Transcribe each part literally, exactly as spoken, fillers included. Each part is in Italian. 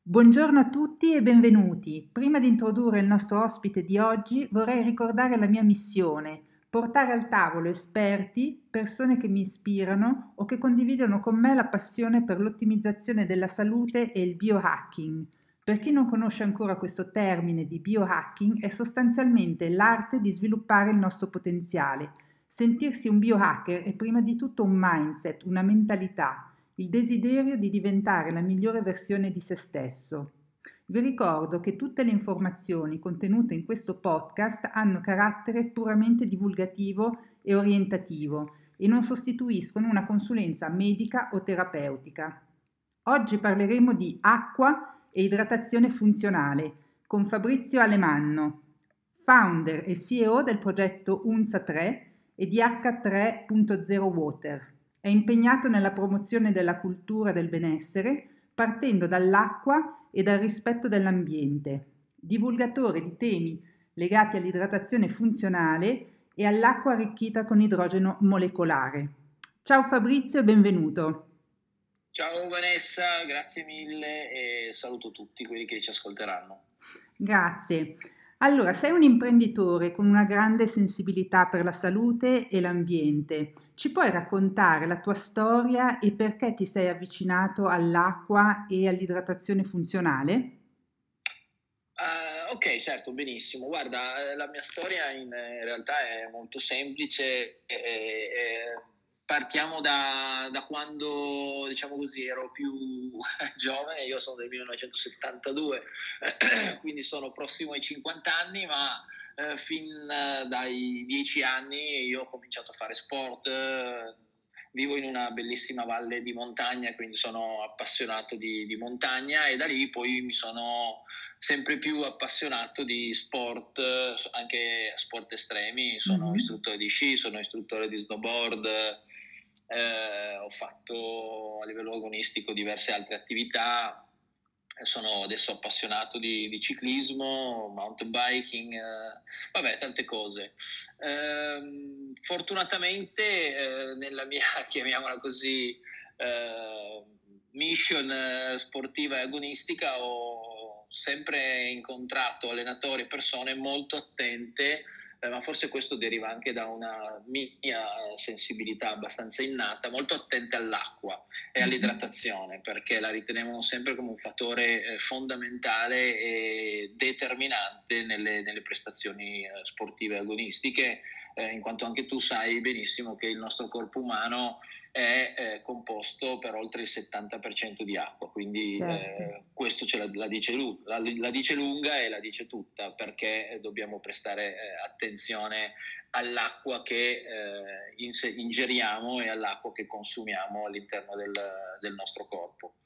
Buongiorno a tutti e benvenuti. Prima di introdurre il nostro ospite di oggi, vorrei ricordare la mia missione: portare al tavolo esperti, persone che mi ispirano o che condividono con me la passione per l'ottimizzazione della salute e il biohacking. Per chi non conosce ancora questo termine di biohacking, è sostanzialmente l'arte di sviluppare il nostro potenziale. Sentirsi un biohacker è prima di tutto un mindset, una mentalità, il desiderio di diventare la migliore versione di se stesso. Vi ricordo che tutte le informazioni contenute in questo podcast hanno carattere puramente divulgativo e orientativo e non sostituiscono una consulenza medica o terapeutica. Oggi parleremo di acqua e idratazione funzionale con Fabrizio Alemanno, founder e C E O del progetto UNSA tre e di acca tre punto zero Water. È impegnato nella promozione della cultura del benessere partendo dall'acqua e dal rispetto dell'ambiente, divulgatore di temi legati all'idratazione funzionale e all'acqua arricchita con idrogeno molecolare. Ciao Fabrizio e benvenuto. Ciao Vanessa, grazie mille e saluto tutti quelli che ci ascolteranno. Grazie. Allora, sei un imprenditore con una grande sensibilità per la salute e l'ambiente. Ci puoi raccontare la tua storia e perché ti sei avvicinato all'acqua e all'idratazione funzionale? Uh, ok, certo, benissimo. Guarda, eh, la mia storia in, in realtà è molto semplice. E, e, partiamo da, da quando, diciamo così, ero più giovane. Io sono del millenovecentosettantadue, quindi sono prossimo ai cinquanta anni, ma eh, fin eh, dai dieci anni io ho cominciato a fare sport. eh, Vivo in una bellissima valle di montagna, quindi sono appassionato di, di montagna e da lì poi mi sono sempre più appassionato di sport, anche sport estremi. Sono Mhm. istruttore di sci, sono istruttore di snowboard, eh, ho fatto a livello agonistico diverse altre attività. Sono adesso appassionato di, di ciclismo, mountain biking, eh, vabbè, tante cose. Eh, fortunatamente eh, nella mia, chiamiamola così, eh, mission eh, sportiva e agonistica ho sempre incontrato allenatori e persone molto attente, eh, ma forse questo deriva anche da una mia sensibilità abbastanza innata, molto attente all'acqua e Mhm. all'idratazione, perché la riteniamo sempre come un fattore eh, fondamentale e determinante nelle, nelle prestazioni eh, sportive agonistiche, eh, in quanto anche tu sai benissimo che il nostro corpo umano è eh, composto per oltre il settanta per cento di acqua, quindi Certo. eh, questo ce la, la, dice lu- la, la, dice lunga e la dice tutta, perché dobbiamo prestare eh, attenzione all'acqua che eh, ingeriamo e all'acqua che consumiamo all'interno del, del nostro corpo.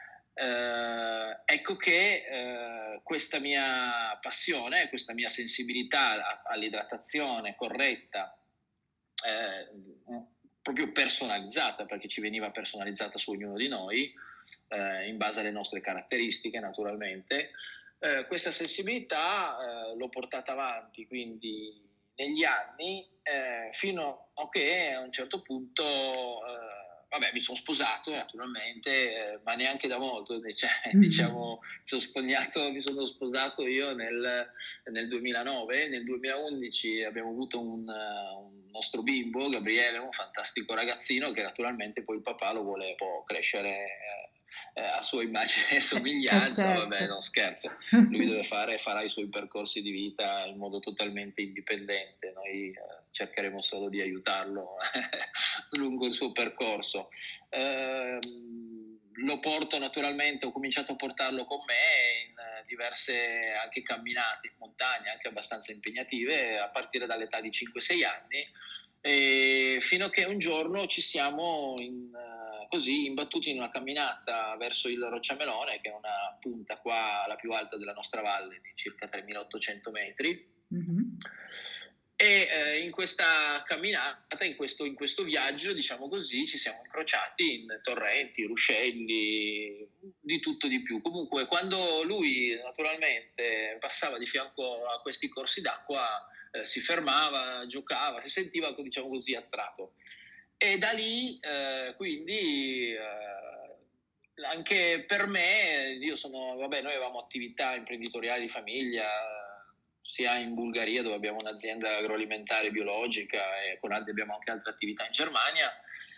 Eh, ecco che eh, questa mia passione, questa mia sensibilità all'idratazione corretta, eh, proprio personalizzata, perché ci veniva personalizzata su ognuno di noi, eh, in base alle nostre caratteristiche naturalmente, eh, questa sensibilità eh, l'ho portata avanti quindi negli anni, eh, fino a che a un certo punto eh, vabbè, mi sono sposato naturalmente, eh, ma neanche da molto, cioè, Mhm. diciamo, sono spognato, mi sono sposato io nel, nel duemilanove. Nel duemilaundici abbiamo avuto un, un nostro bimbo, Gabriele, un fantastico ragazzino che naturalmente poi il papà lo vuole un po' crescere eh, a sua immagine e Eh, eh, somiglianza. Vabbè, certo. non scherzo, lui deve fare e farà i suoi percorsi di vita in modo totalmente indipendente, noi eh, cercheremo solo di aiutarlo lungo il suo percorso. Eh, lo porto naturalmente, ho cominciato a portarlo con me in eh, diverse anche camminate in montagna, anche abbastanza impegnative, a partire dall'età di cinque sei anni, e fino a che un giorno ci siamo in, uh, così imbattuti in una camminata verso il Rocciamelone, che è una punta qua la più alta della nostra valle di circa tremilaottocento metri. Mhm. E eh, in questa camminata, in questo, in questo viaggio, diciamo così, ci siamo incrociati in torrenti, ruscelli, di tutto di più. Comunque, quando lui naturalmente passava di fianco a questi corsi d'acqua, eh, si fermava, giocava, si sentiva, diciamo così, attratto. E da lì, eh, quindi, eh, anche per me, io sono, vabbè, noi avevamo attività imprenditoriali di famiglia, sia in Bulgaria dove abbiamo un'azienda agroalimentare biologica e con altri abbiamo anche altre attività in Germania.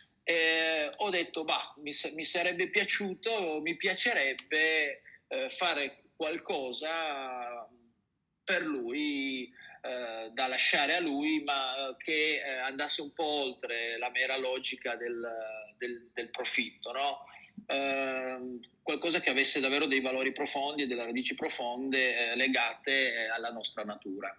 E ho detto, bah, mi, mi sarebbe piaciuto, mi piacerebbe eh, fare qualcosa per lui, eh, da lasciare a lui, ma che eh, andasse un po' oltre la mera logica del, del, del profitto, no? Eh, qualcosa che avesse davvero dei valori profondi e delle radici profonde eh, legate eh, alla nostra natura.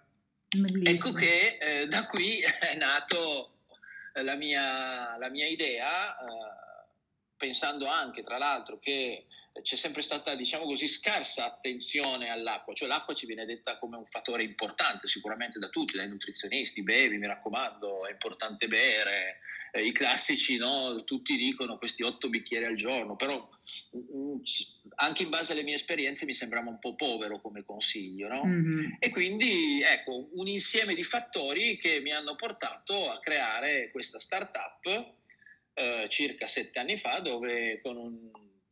Ecco Bellissimo. che eh, da qui è nato eh, la, mia, la mia idea, eh, pensando anche tra l'altro che c'è sempre stata, diciamo così, scarsa attenzione all'acqua, cioè l'acqua ci viene detta come un fattore importante sicuramente da tutti, dai nutrizionisti: bevi, mi raccomando, è importante bere, eh, i classici, no? Tutti dicono questi otto bicchieri al giorno, però mh, anche in base alle mie esperienze mi sembrava un po' povero come consiglio, no? Mm-hmm. E quindi ecco, un insieme di fattori che mi hanno portato a creare questa startup eh, circa sette anni fa, dove con un,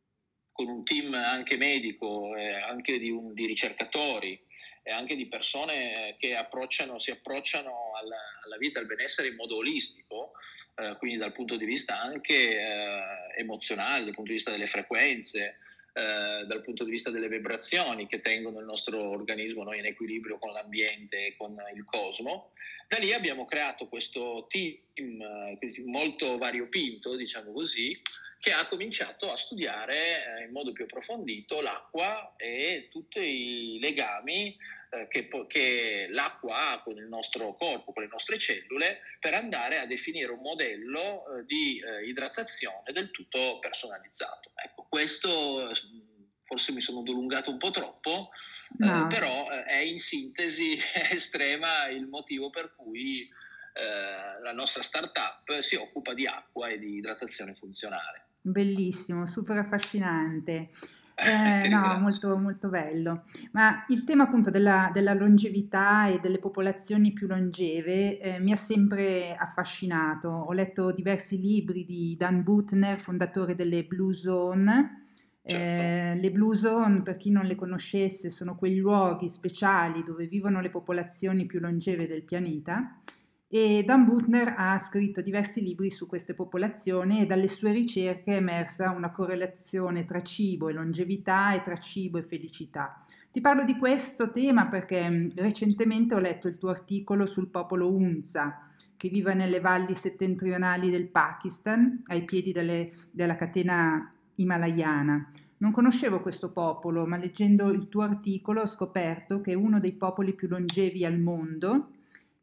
con un team anche medico, eh, anche di, un, di ricercatori e anche di persone che approcciano, si approcciano alla, alla vita e al benessere in modo olistico, eh, quindi dal punto di vista anche eh, emozionale, dal punto di vista delle frequenze, eh, dal punto di vista delle vibrazioni che tengono il nostro organismo noi in equilibrio con l'ambiente e con il cosmo. Da lì abbiamo creato questo team eh, molto variopinto, diciamo così, che ha cominciato a studiare eh, in modo più approfondito l'acqua e tutti i legami eh, che, che l'acqua ha con il nostro corpo, con le nostre cellule, per andare a definire un modello eh, di eh, idratazione del tutto personalizzato. Ecco, questo forse mi sono dilungato un po' troppo, No. eh, però eh, è in sintesi estrema il motivo per cui eh, la nostra startup si occupa di acqua e di idratazione funzionale. Bellissimo, super affascinante. Eh, Ti no, ringrazio. molto, molto bello. Ma il tema appunto della, della longevità e delle popolazioni più longeve eh, mi ha sempre affascinato. Ho letto diversi libri di Dan Buettner, fondatore delle Blue Zone. Certo. Eh, le Blue Zone, per chi non le conoscesse, sono quei luoghi speciali dove vivono le popolazioni più longeve del pianeta. E Dan Buettner ha scritto diversi libri su queste popolazioni e dalle sue ricerche è emersa una correlazione tra cibo e longevità e tra cibo e felicità. Ti parlo di questo tema perché mh, recentemente ho letto il tuo articolo sul popolo Hunza, che vive nelle valli settentrionali del Pakistan, ai piedi delle, della catena himalayana. Non conoscevo questo popolo, ma leggendo il tuo articolo ho scoperto che è uno dei popoli più longevi al mondo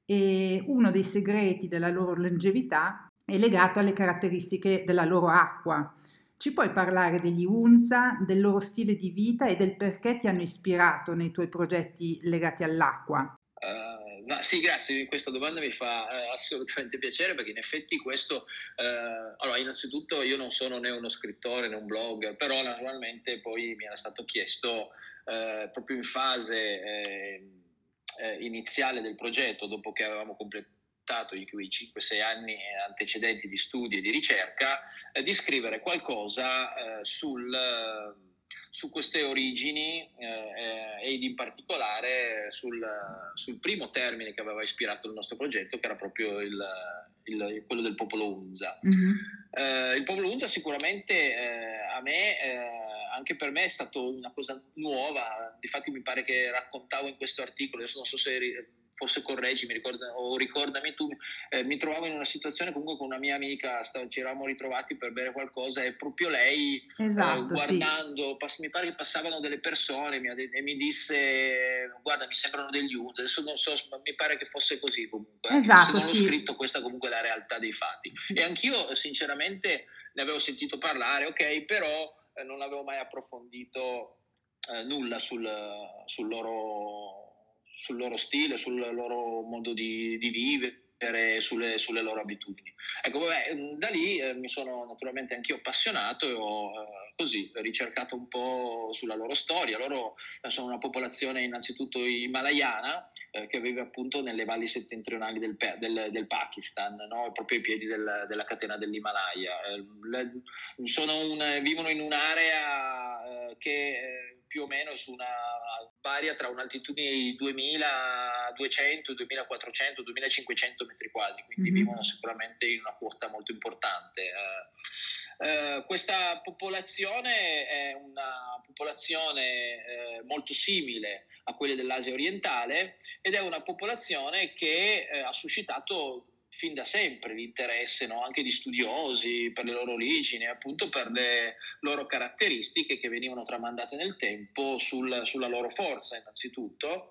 e uno dei segreti della loro longevità è legato alle caratteristiche della loro acqua. Ci puoi parlare degli Unza, del loro stile di vita e del perché ti hanno ispirato nei tuoi progetti legati all'acqua? Uh, ma sì, grazie, questa domanda mi fa uh, assolutamente piacere, perché in effetti questo, uh, allora innanzitutto io non sono né uno scrittore né un blogger, però naturalmente poi mi era stato chiesto uh, proprio in fase eh, eh, iniziale del progetto, dopo che avevamo completato i cinque sei anni antecedenti di studi e di ricerca, eh, di scrivere qualcosa eh, sul su queste origini eh, ed in particolare sul, sul primo termine che aveva ispirato il nostro progetto, che era proprio il, il, quello del popolo Hunza. Mm-hmm. Eh, il popolo Hunza sicuramente eh, a me, eh, anche per me, è stato una cosa nuova. Difatti mi pare che raccontavo in questo articolo, adesso non so se eri, forse correggimi ricorda, o ricordami tu, eh, mi trovavo in una situazione comunque con una mia amica, stav- ci eravamo ritrovati per bere qualcosa e proprio lei Esatto, eh, guardando, sì. pass- mi pare che passavano delle persone mi de- e mi disse guarda mi sembrano degli Hunza, adesso non so, ma mi pare che fosse così comunque, esatto, se non l'ho sì. scritto questa comunque è la realtà dei fatti, sì. E anch'io sinceramente ne avevo sentito parlare, ok, però eh, non avevo mai approfondito eh, nulla sul, sul loro sul loro stile, sul loro modo di, di vivere, sulle, sulle loro abitudini. Ecco, vabbè, da lì eh, mi sono naturalmente anch'io appassionato e ho eh, così ricercato un po' sulla loro storia. Loro eh, sono una popolazione innanzitutto himalayana eh, che vive appunto nelle valli settentrionali del, del, del Pakistan, no? Proprio ai piedi del, della catena dell'Himalaya. Eh, le, sono un, vivono in un'area eh, che eh, più o meno su una varia tra un'altitudine di duemiladuecento, duemilaquattrocento, duemilacinquecento metri quadri, quindi mm-hmm. vivono sicuramente in una quota molto importante. Eh, eh, questa popolazione è una popolazione eh, molto simile a quelle dell'Asia orientale ed è una popolazione che eh, ha suscitato fin da sempre l'interesse, no? Anche di studiosi per le loro origini, appunto per le loro caratteristiche che venivano tramandate nel tempo sul, sulla loro forza innanzitutto.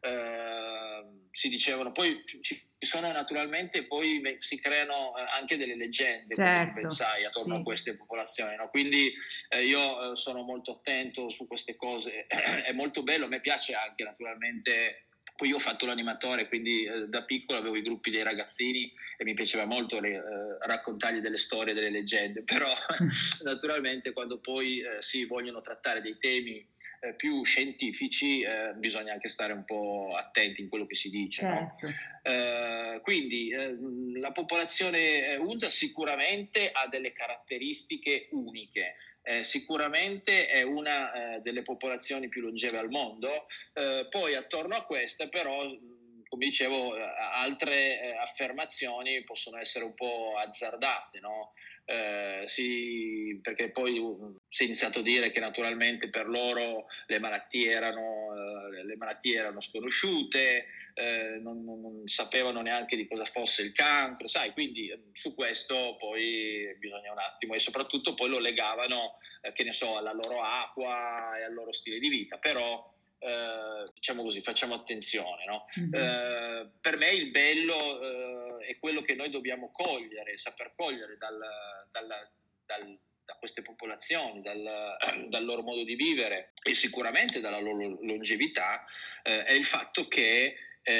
Eh, si dicevano, poi ci sono naturalmente, poi si creano anche delle leggende, certo, come pensai, attorno sì. a queste popolazioni, no? Quindi eh, io eh, sono molto attento su queste cose, è molto bello, a me piace anche naturalmente. Poi io ho fatto l'animatore, quindi eh, da piccolo avevo i gruppi dei ragazzini e mi piaceva molto le, eh, raccontargli delle storie, delle leggende, però naturalmente quando poi eh, si vogliono trattare dei temi eh, più scientifici eh, bisogna anche stare un po' attenti in quello che si dice. Certo. No? Eh, quindi eh, la popolazione Hunza sicuramente ha delle caratteristiche uniche. Eh, sicuramente è una eh, delle popolazioni più longeve al mondo, eh, poi attorno a questa però, come dicevo, altre eh, affermazioni possono essere un po' azzardate, no? Eh, sì, perché poi uh, si è iniziato a dire che naturalmente per loro le malattie erano, uh, le malattie erano sconosciute, eh, non, non, non sapevano neanche di cosa fosse il cancro, sai, quindi eh, su questo poi bisogna un attimo, e soprattutto poi lo legavano, eh, che ne so, alla loro acqua e al loro stile di vita, però eh, diciamo così, facciamo attenzione, no? Mm-hmm. Eh, per me il bello eh, è quello che noi dobbiamo cogliere, saper cogliere dal, dal, dal, da queste popolazioni, dal, dal loro modo di vivere e sicuramente dalla loro longevità, eh, è il fatto che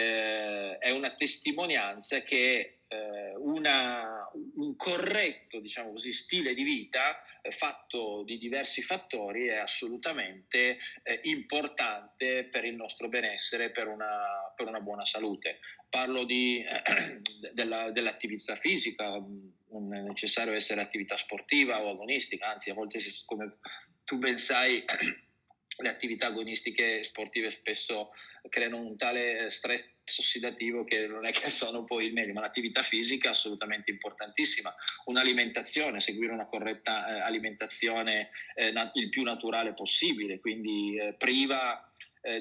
eh, è una testimonianza che eh, una, un corretto, diciamo così, stile di vita eh, fatto di diversi fattori è assolutamente eh, importante per il nostro benessere, per una, per una buona salute. Parlo di, eh, della, dell'attività fisica, non è necessario essere attività sportiva o agonistica, anzi a volte, come tu ben sai, le attività agonistiche sportive spesso creano un tale stress ossidativo che non è che sono poi il meglio, ma l'attività fisica è assolutamente importantissima, un'alimentazione, seguire una corretta eh, alimentazione eh, nat- il più naturale possibile, quindi eh, priva eh,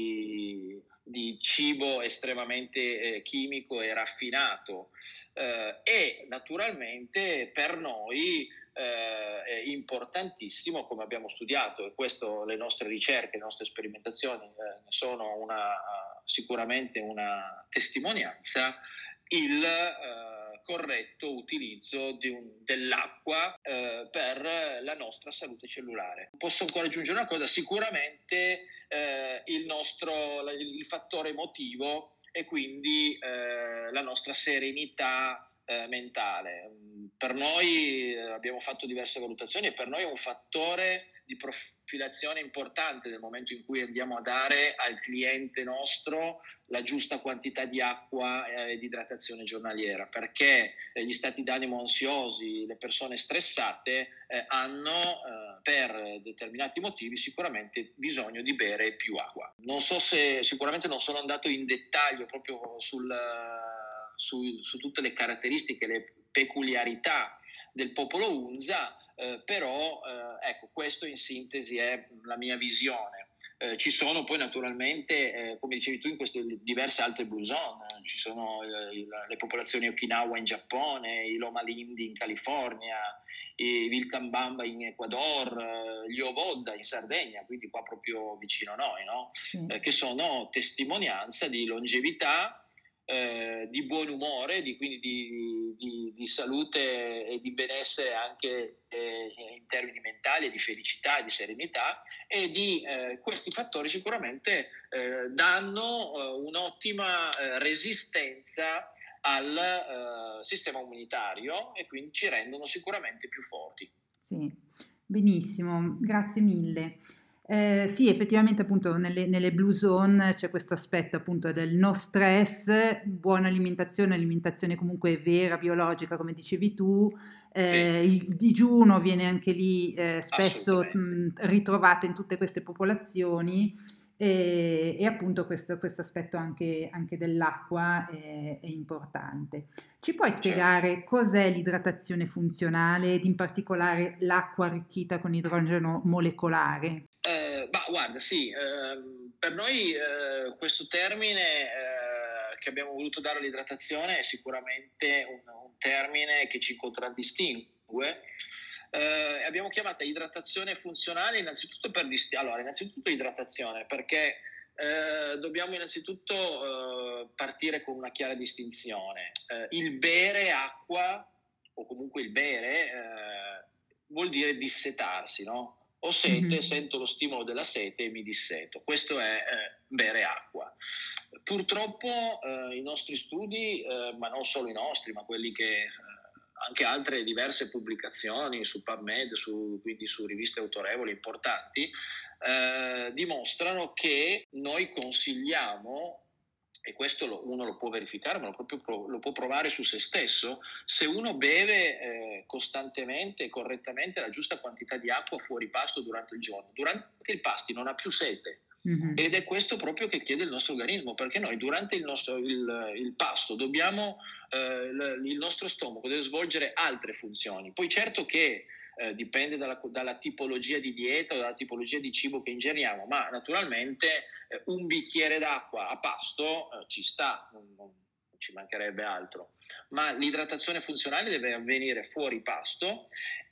di, di cibo estremamente eh, chimico e raffinato eh, e naturalmente per noi Eh, è importantissimo, come abbiamo studiato, e questo le nostre ricerche, le nostre sperimentazioni eh, sono una, sicuramente una testimonianza, il eh, corretto utilizzo di un, dell'acqua eh, per la nostra salute cellulare. Posso ancora aggiungere una cosa, sicuramente eh, il nostro il, il fattore emotivo e quindi eh, la nostra serenità Eh, mentale. Per noi eh, abbiamo fatto diverse valutazioni e per noi è un fattore di profilazione importante nel momento in cui andiamo a dare al cliente nostro la giusta quantità di acqua e eh, di idratazione giornaliera, perché eh, gli stati d'animo ansiosi, le persone stressate eh, hanno eh, per determinati motivi sicuramente bisogno di bere più acqua. Non so se sicuramente non sono andato in dettaglio proprio sul Su, su tutte le caratteristiche, le peculiarità del popolo Hunza, eh, però eh, ecco, questo in sintesi è la mia visione. Eh, ci sono poi naturalmente, eh, come dicevi tu, in queste diverse altre blue zone, eh, ci sono eh, le popolazioni Okinawa in Giappone, i Loma Lindy in California, i Vilcabamba in Ecuador, eh, gli Ovodda in Sardegna, quindi qua proprio vicino a noi, no? Sì. Eh, che sono testimonianza di longevità, Eh, di buon umore, di, quindi di, di, di salute e di benessere anche eh, in termini mentali, di felicità, di serenità, e di eh, questi fattori sicuramente eh, danno eh, un'ottima eh, resistenza al eh, sistema immunitario e quindi ci rendono sicuramente più forti. Sì, benissimo, grazie mille. Eh, sì, effettivamente appunto nelle, nelle blue zone c'è questo aspetto appunto del no stress, buona alimentazione, alimentazione comunque vera, biologica, come dicevi tu. Eh, Sì, il digiuno viene anche lì eh, spesso assolutamente. mh, ritrovato in tutte queste popolazioni e, e appunto questo, questo aspetto anche, anche dell'acqua è, è importante. Ci puoi Certo. spiegare cos'è l'idratazione funzionale ed in particolare l'acqua arricchita con idrogeno molecolare? Eh, ma guarda, sì, ehm, per noi eh, questo termine eh, che abbiamo voluto dare all'idratazione è sicuramente un, un termine che ci contraddistingue. Eh, abbiamo chiamata idratazione funzionale innanzitutto per disti- allora, innanzitutto idratazione perché eh, dobbiamo innanzitutto eh, partire con una chiara distinzione. Eh, il bere acqua o comunque il bere eh, vuol dire dissetarsi, no? Ho sete, Mhm. sento lo stimolo della sete e mi disseto. Questo è eh, bere acqua. Purtroppo eh, i nostri studi, eh, ma non solo i nostri, ma quelli che eh, anche altre diverse pubblicazioni su PubMed, su, quindi su riviste autorevoli importanti, eh, dimostrano che noi consigliamo, e questo lo, uno lo può verificare, ma lo, proprio pro, lo può provare su se stesso, se uno beve eh, costantemente e correttamente la giusta quantità di acqua fuori pasto durante il giorno, durante il pasto non ha più sete. Mhm. Ed è questo proprio che chiede il nostro organismo, perché noi durante il, nostro, il, il pasto dobbiamo, eh, il nostro stomaco deve svolgere altre funzioni. Poi certo che eh, dipende dalla, dalla tipologia di dieta o dalla tipologia di cibo che ingeriamo, ma naturalmente eh, un bicchiere d'acqua a pasto eh, ci sta, non, non ci mancherebbe altro. Ma l'idratazione funzionale deve avvenire fuori pasto.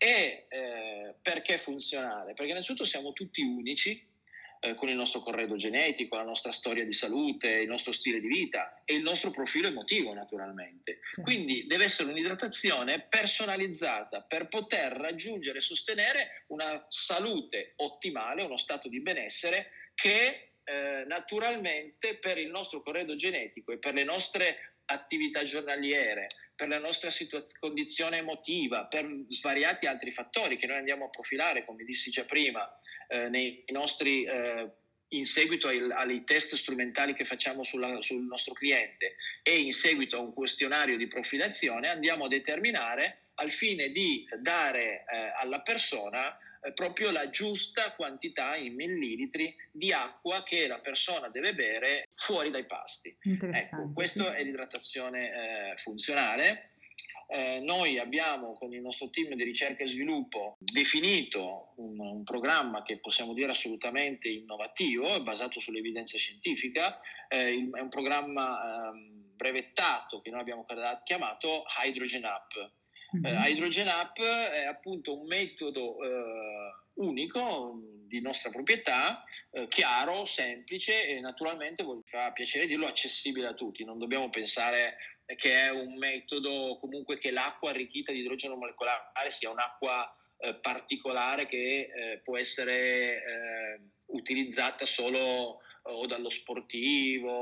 E eh, perché funzionale? Perché innanzitutto siamo tutti unici, eh, con il nostro corredo genetico, la nostra storia di salute, il nostro stile di vita e il nostro profilo emotivo naturalmente. Certo. Quindi deve essere un'idratazione personalizzata per poter raggiungere e sostenere una salute ottimale, uno stato di benessere che eh, naturalmente per il nostro corredo genetico e per le nostre attività giornaliere, per la nostra situaz- condizione emotiva, per svariati altri fattori che noi andiamo a profilare, come dissi già prima, eh, nei nostri, eh, in seguito ai, ai test strumentali che facciamo sulla, sul nostro cliente e in seguito a un questionario di profilazione, andiamo a determinare al fine di dare eh, alla persona eh, proprio la giusta quantità in millilitri di acqua che la persona deve bere fuori dai pasti. Ecco, questa sì. è l'idratazione eh, funzionale. Eh, noi abbiamo con il nostro team di ricerca e sviluppo definito un, un programma che possiamo dire assolutamente innovativo, basato sull'evidenza scientifica, eh, il, è un programma ehm, brevettato che noi abbiamo chiamato Hydrogen Up. Mm-hmm. Eh, Hydrogen Up è appunto un metodo eh, unico di nostra proprietà, eh, chiaro, semplice e naturalmente, mi fa piacere dirlo, accessibile a tutti. Non dobbiamo pensare che è un metodo comunque che l'acqua arricchita di idrogeno molecolare sia un'acqua eh, particolare che eh, può essere eh, utilizzata solo eh, o dallo sportivo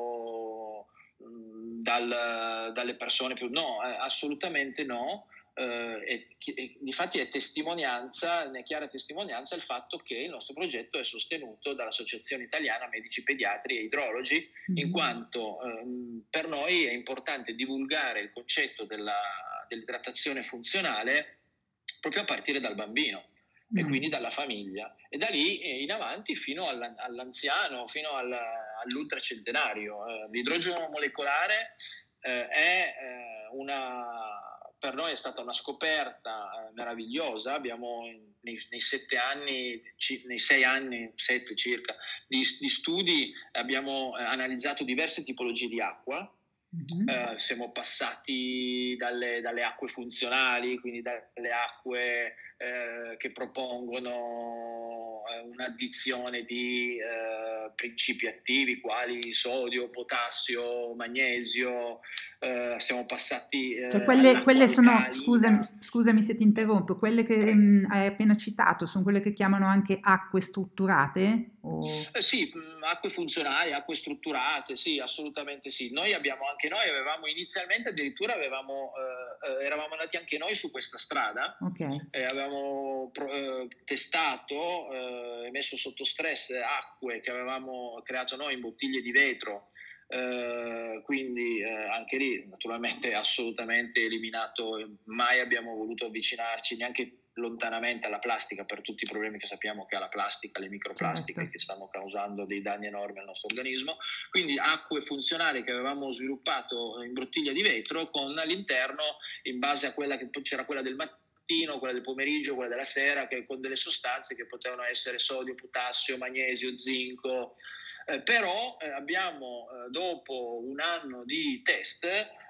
o mh, dal, dalle persone più... No, eh, assolutamente no. Uh, e, e difatti è testimonianza, ne è chiara testimonianza il fatto che il nostro progetto è sostenuto dall'Associazione Italiana Medici Pediatri e Idrologi, mm-hmm. in quanto um, per noi è importante divulgare il concetto della, dell'idratazione funzionale proprio a partire dal bambino mm. e quindi dalla famiglia e da lì in avanti fino all'anziano, fino al, all'ultracentenario. Uh, l'idrogeno molecolare uh, è uh, una... per noi è stata una scoperta eh, meravigliosa. Abbiamo nei, nei sette anni, ci, nei sei anni, sette circa, di, di studi, abbiamo eh, analizzato diverse tipologie di acqua. Mm-hmm. Eh, siamo passati dalle, dalle acque funzionali, quindi dalle acque eh, che propongono eh, un'addizione di eh, principi attivi quali sodio, potassio, magnesio. Uh, siamo passati uh, cioè quelle, quelle sono, scusami, alcalina. scusami se ti interrompo, quelle che mh, hai appena citato sono quelle che chiamano anche acque strutturate? O... Eh, sì, acque funzionali, acque strutturate, sì, assolutamente sì. Noi abbiamo, anche noi avevamo inizialmente addirittura avevamo, eh, eravamo andati anche noi su questa strada, Ok. eh, avevamo pro, eh, testato e eh, messo sotto stress acque che avevamo creato noi in bottiglie di vetro. Uh, quindi uh, anche lì naturalmente assolutamente eliminato, mai abbiamo voluto avvicinarci neanche lontanamente alla plastica per tutti i problemi che sappiamo che ha la plastica, le microplastiche Certo. che stanno causando dei danni enormi al nostro organismo. Quindi acque funzionali che avevamo sviluppato in bottiglia di vetro, con all'interno, in base a quella che c'era, quella del mattino, quella del pomeriggio, quella della sera, che con delle sostanze che potevano essere sodio, potassio, magnesio, zinco. Eh, però eh, abbiamo, eh, dopo un anno di test,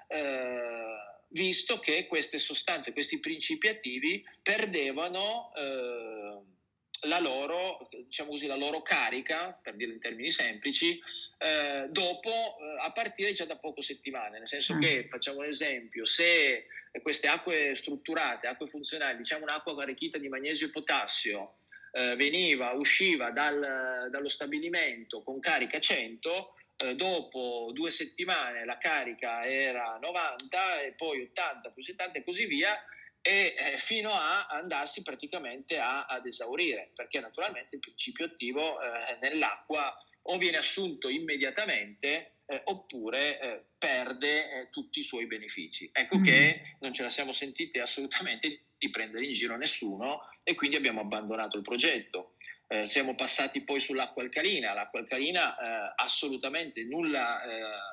eh, visto che queste sostanze, questi principi attivi perdevano eh, la loro, diciamo così, la loro carica, per dirlo in termini semplici, eh, dopo, eh, a partire già da poche settimane. Nel senso Ah. che, facciamo un esempio, se queste acque strutturate, acque funzionali, diciamo un'acqua arricchita di magnesio e potassio, Eh, veniva, usciva dal, dallo stabilimento con carica cento, eh, dopo due settimane la carica era novanta e poi ottanta più settanta e così via, e eh, fino a andarsi praticamente a, ad esaurire, perché naturalmente il principio attivo eh, nell'acqua o viene assunto immediatamente eh, oppure eh, perde eh, tutti i suoi benefici. Ecco mm. che non ce la siamo sentiti assolutamente di prendere in giro nessuno, e quindi abbiamo abbandonato il progetto. Eh, siamo passati poi sull'acqua alcalina. L'acqua alcalina eh, assolutamente nulla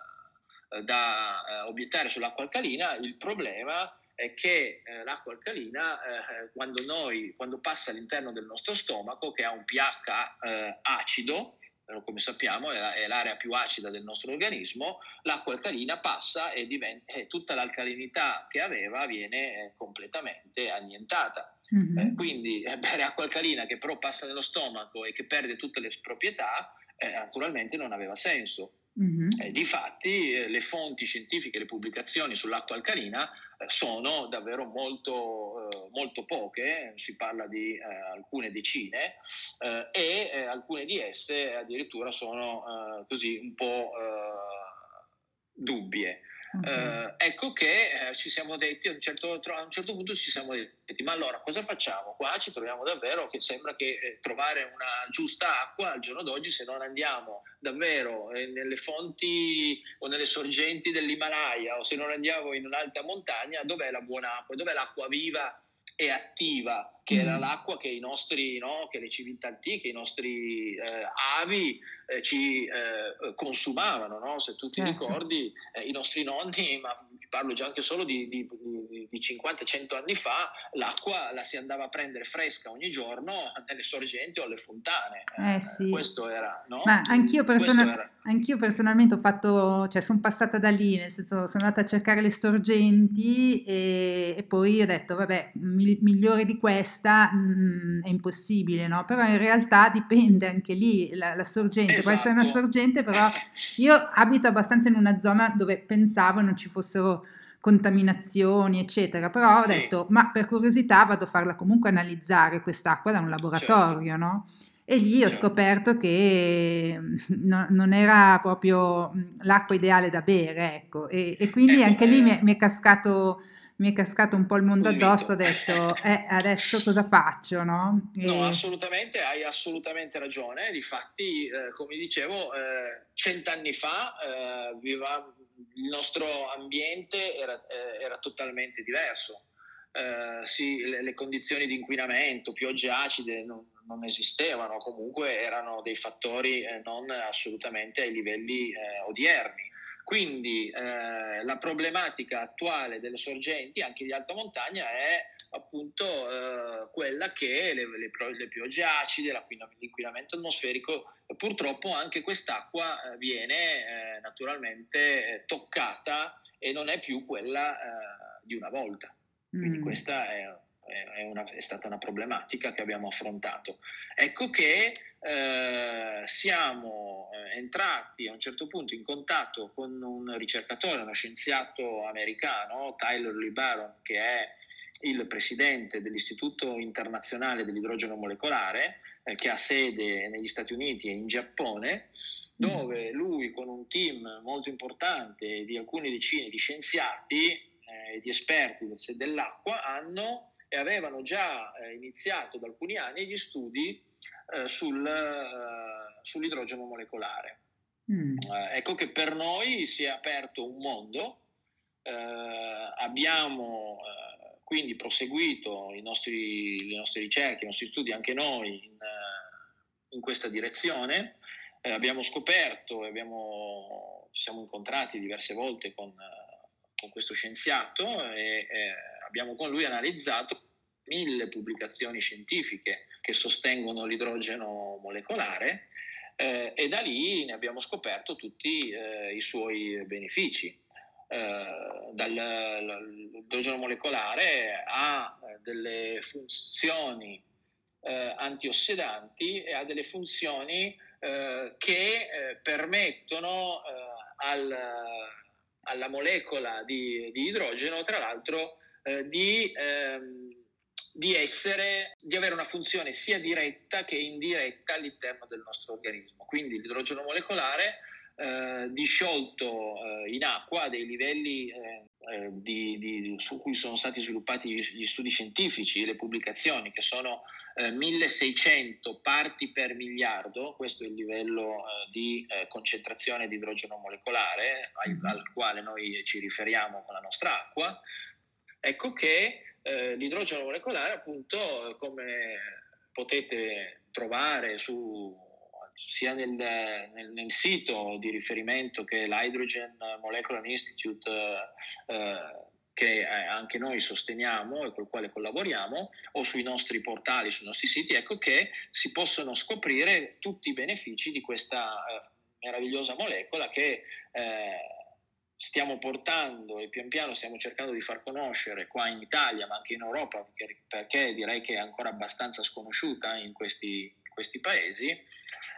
eh, da eh, obiettare sull'acqua alcalina. Il problema è che eh, l'acqua alcalina eh, quando noi quando passa all'interno del nostro stomaco, che ha un pH eh, acido, come sappiamo è l'area più acida del nostro organismo, l'acqua alcalina passa e, diventa, e tutta l'alcalinità che aveva viene completamente annientata. Mm-hmm. Eh, quindi eh, bere acqua alcalina che però passa nello stomaco e che perde tutte le proprietà, eh, naturalmente non aveva senso. Mm-hmm. Eh, difatti eh, le fonti scientifiche, le pubblicazioni sull'acqua alcalina eh, sono davvero molto, eh, molto poche, si parla di eh, alcune decine, eh, e eh, alcune di esse addirittura sono eh, così un po' eh, dubbie. Okay. Uh, ecco che eh, ci siamo detti a un, certo, a un certo punto ci siamo detti: ma allora cosa facciamo? Qua ci troviamo davvero che sembra che eh, trovare una giusta acqua al giorno d'oggi, se non andiamo davvero eh, nelle fonti o nelle sorgenti dell'Himalaya, o se non andiamo in un'alta montagna, dov'è la buona acqua? Dov'è l'acqua viva e attiva, che mm. era l'acqua che i nostri, no, che le civiltà antiche, i nostri eh, avi eh, ci eh, consumavano, no? Se tu ti certo. ricordi, eh, i nostri nonni, ma parlo già anche solo di, di, di, di cinquanta cento anni fa, l'acqua la si andava a prendere fresca ogni giorno nelle sorgenti o alle fontane. Eh, eh sì. Questo era, no? Ma anch'io, persona- anch'io personalmente ho fatto, cioè sono passata da lì, nel senso sono andata a cercare le sorgenti e, e poi ho detto vabbè, mi- migliore di questa mh, è impossibile, no? Però in realtà dipende anche lì, la, la sorgente, esatto. Può essere una sorgente, però io abito abbastanza in una zona dove pensavo non ci fossero contaminazioni eccetera, però ho sì. detto ma per curiosità vado a farla comunque analizzare quest'acqua da un laboratorio, certo. no? E lì ho scoperto che no, non era proprio l'acqua ideale da bere, ecco, e, e quindi ecco, anche lì eh, mi, è, mi, è cascato, mi è cascato un po' il mondo addosso, ho detto, eh, adesso cosa faccio, no? E... No, assolutamente, hai assolutamente ragione, difatti, eh, come dicevo, eh, cent'anni fa eh, viva, il nostro ambiente era, eh, era totalmente diverso. Uh, sì, le, le condizioni di inquinamento, piogge acide non, non esistevano, comunque erano dei fattori eh, non assolutamente ai livelli eh, odierni. Quindi eh, la problematica attuale delle sorgenti anche di alta montagna è appunto eh, quella che le, le, le piogge acide, l'inquinamento atmosferico, purtroppo anche quest'acqua viene eh, naturalmente eh, toccata e non è più quella eh, di una volta. Quindi questa è, è, una, è stata una problematica che abbiamo affrontato. Ecco che eh, siamo entrati a un certo punto in contatto con un ricercatore, uno scienziato americano, Tyler Lee Baron, che è il presidente dell'Istituto Internazionale dell'Idrogeno Molecolare, eh, che ha sede negli Stati Uniti e in Giappone, dove lui con un team molto importante di alcune decine di scienziati e eh, di esperti del, dell'acqua hanno e avevano già eh, iniziato da alcuni anni gli studi eh, sul, eh, sull'idrogeno molecolare. Mm. Eh, ecco che per noi si è aperto un mondo, eh, abbiamo eh, quindi proseguito i nostri, le nostre ricerche, i nostri studi anche noi in, in questa direzione. Eh, abbiamo scoperto, abbiamo, ci siamo incontrati diverse volte con, con questo scienziato e eh, abbiamo con lui analizzato mille pubblicazioni scientifiche che sostengono l'idrogeno molecolare eh, e da lì ne abbiamo scoperto tutti eh, i suoi benefici. Eh, dal, l'idrogeno molecolare ha delle funzioni eh, antiossidanti e ha delle funzioni eh, che eh, permettono eh, al, alla molecola di, di idrogeno, tra l'altro, eh, di, ehm, di, essere, di avere una funzione sia diretta che indiretta all'interno del nostro organismo. Quindi l'idrogeno molecolare eh, disciolto eh, in acqua a dei livelli eh, eh, di, di, su cui sono stati sviluppati gli, gli studi scientifici, le pubblicazioni, che sono eh, milleseicento parti per miliardo. Questo è il livello eh, di eh, concentrazione di idrogeno molecolare al, mm-hmm. al quale noi ci riferiamo con la nostra acqua. Ecco che eh, l'idrogeno molecolare, appunto, come potete trovare su sia nel, nel, nel sito di riferimento che è l'Hydrogen Molecular Institute, eh, che anche noi sosteniamo e col quale collaboriamo, o sui nostri portali, sui nostri siti, ecco che si possono scoprire tutti i benefici di questa eh, meravigliosa molecola che eh, stiamo portando e pian piano stiamo cercando di far conoscere qua in Italia, ma anche in Europa, perché, perché direi che è ancora abbastanza sconosciuta in questi, in questi paesi.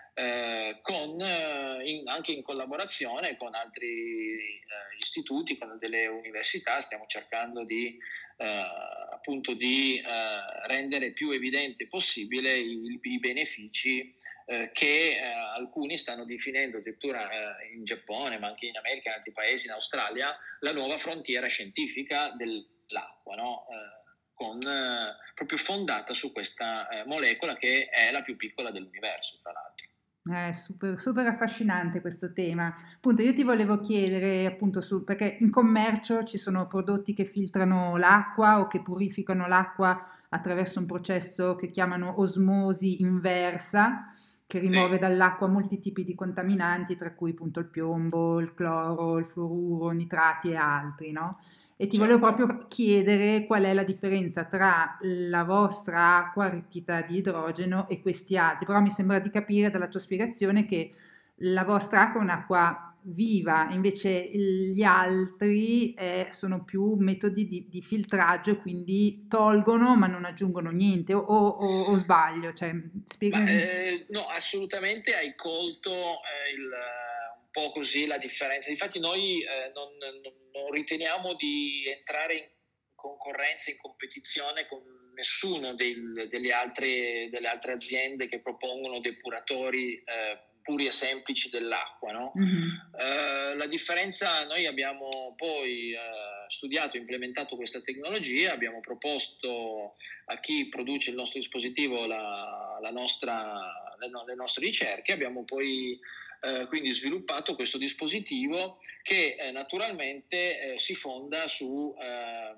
Eh, con, eh, in, anche in collaborazione con altri eh, istituti, con delle università, stiamo cercando di, eh, appunto di eh, rendere più evidente possibile i, i benefici eh, che eh, alcuni stanno definendo addirittura eh, in Giappone, ma anche in America, in altri paesi, in Australia, la nuova frontiera scientifica dell'acqua, no? Eh, con, eh, proprio fondata su questa eh, molecola che è la più piccola dell'universo, tra l'altro. È super, super affascinante questo tema. Appunto, io ti volevo chiedere, appunto, su, perché in commercio ci sono prodotti che filtrano l'acqua o che purificano l'acqua attraverso un processo che chiamano osmosi inversa, che rimuove sì. dall'acqua molti tipi di contaminanti, tra cui appunto il piombo, il cloro, il fluoruro, nitrati e altri, no? E ti volevo proprio chiedere qual è la differenza tra la vostra acqua arricchita di idrogeno e questi altri, però mi sembra di capire dalla tua spiegazione che la vostra acqua è un'acqua viva, invece gli altri eh, sono più metodi di, di filtraggio, quindi tolgono ma non aggiungono niente, o, o, o sbaglio? Cioè, spiegami. Ma, eh, no, assolutamente hai colto eh, il... un po' così la differenza. Infatti noi eh, non, non, non riteniamo di entrare in concorrenza, in competizione con nessuno dei, delle, altre, delle altre aziende che propongono depuratori eh, puri e semplici dell'acqua, no? Mm-hmm. Eh, la differenza, noi abbiamo poi eh, studiato e implementato questa tecnologia, abbiamo proposto a chi produce il nostro dispositivo la, la nostra, le, le nostre ricerche, abbiamo poi Eh, quindi sviluppato questo dispositivo che eh, naturalmente eh, si fonda su eh,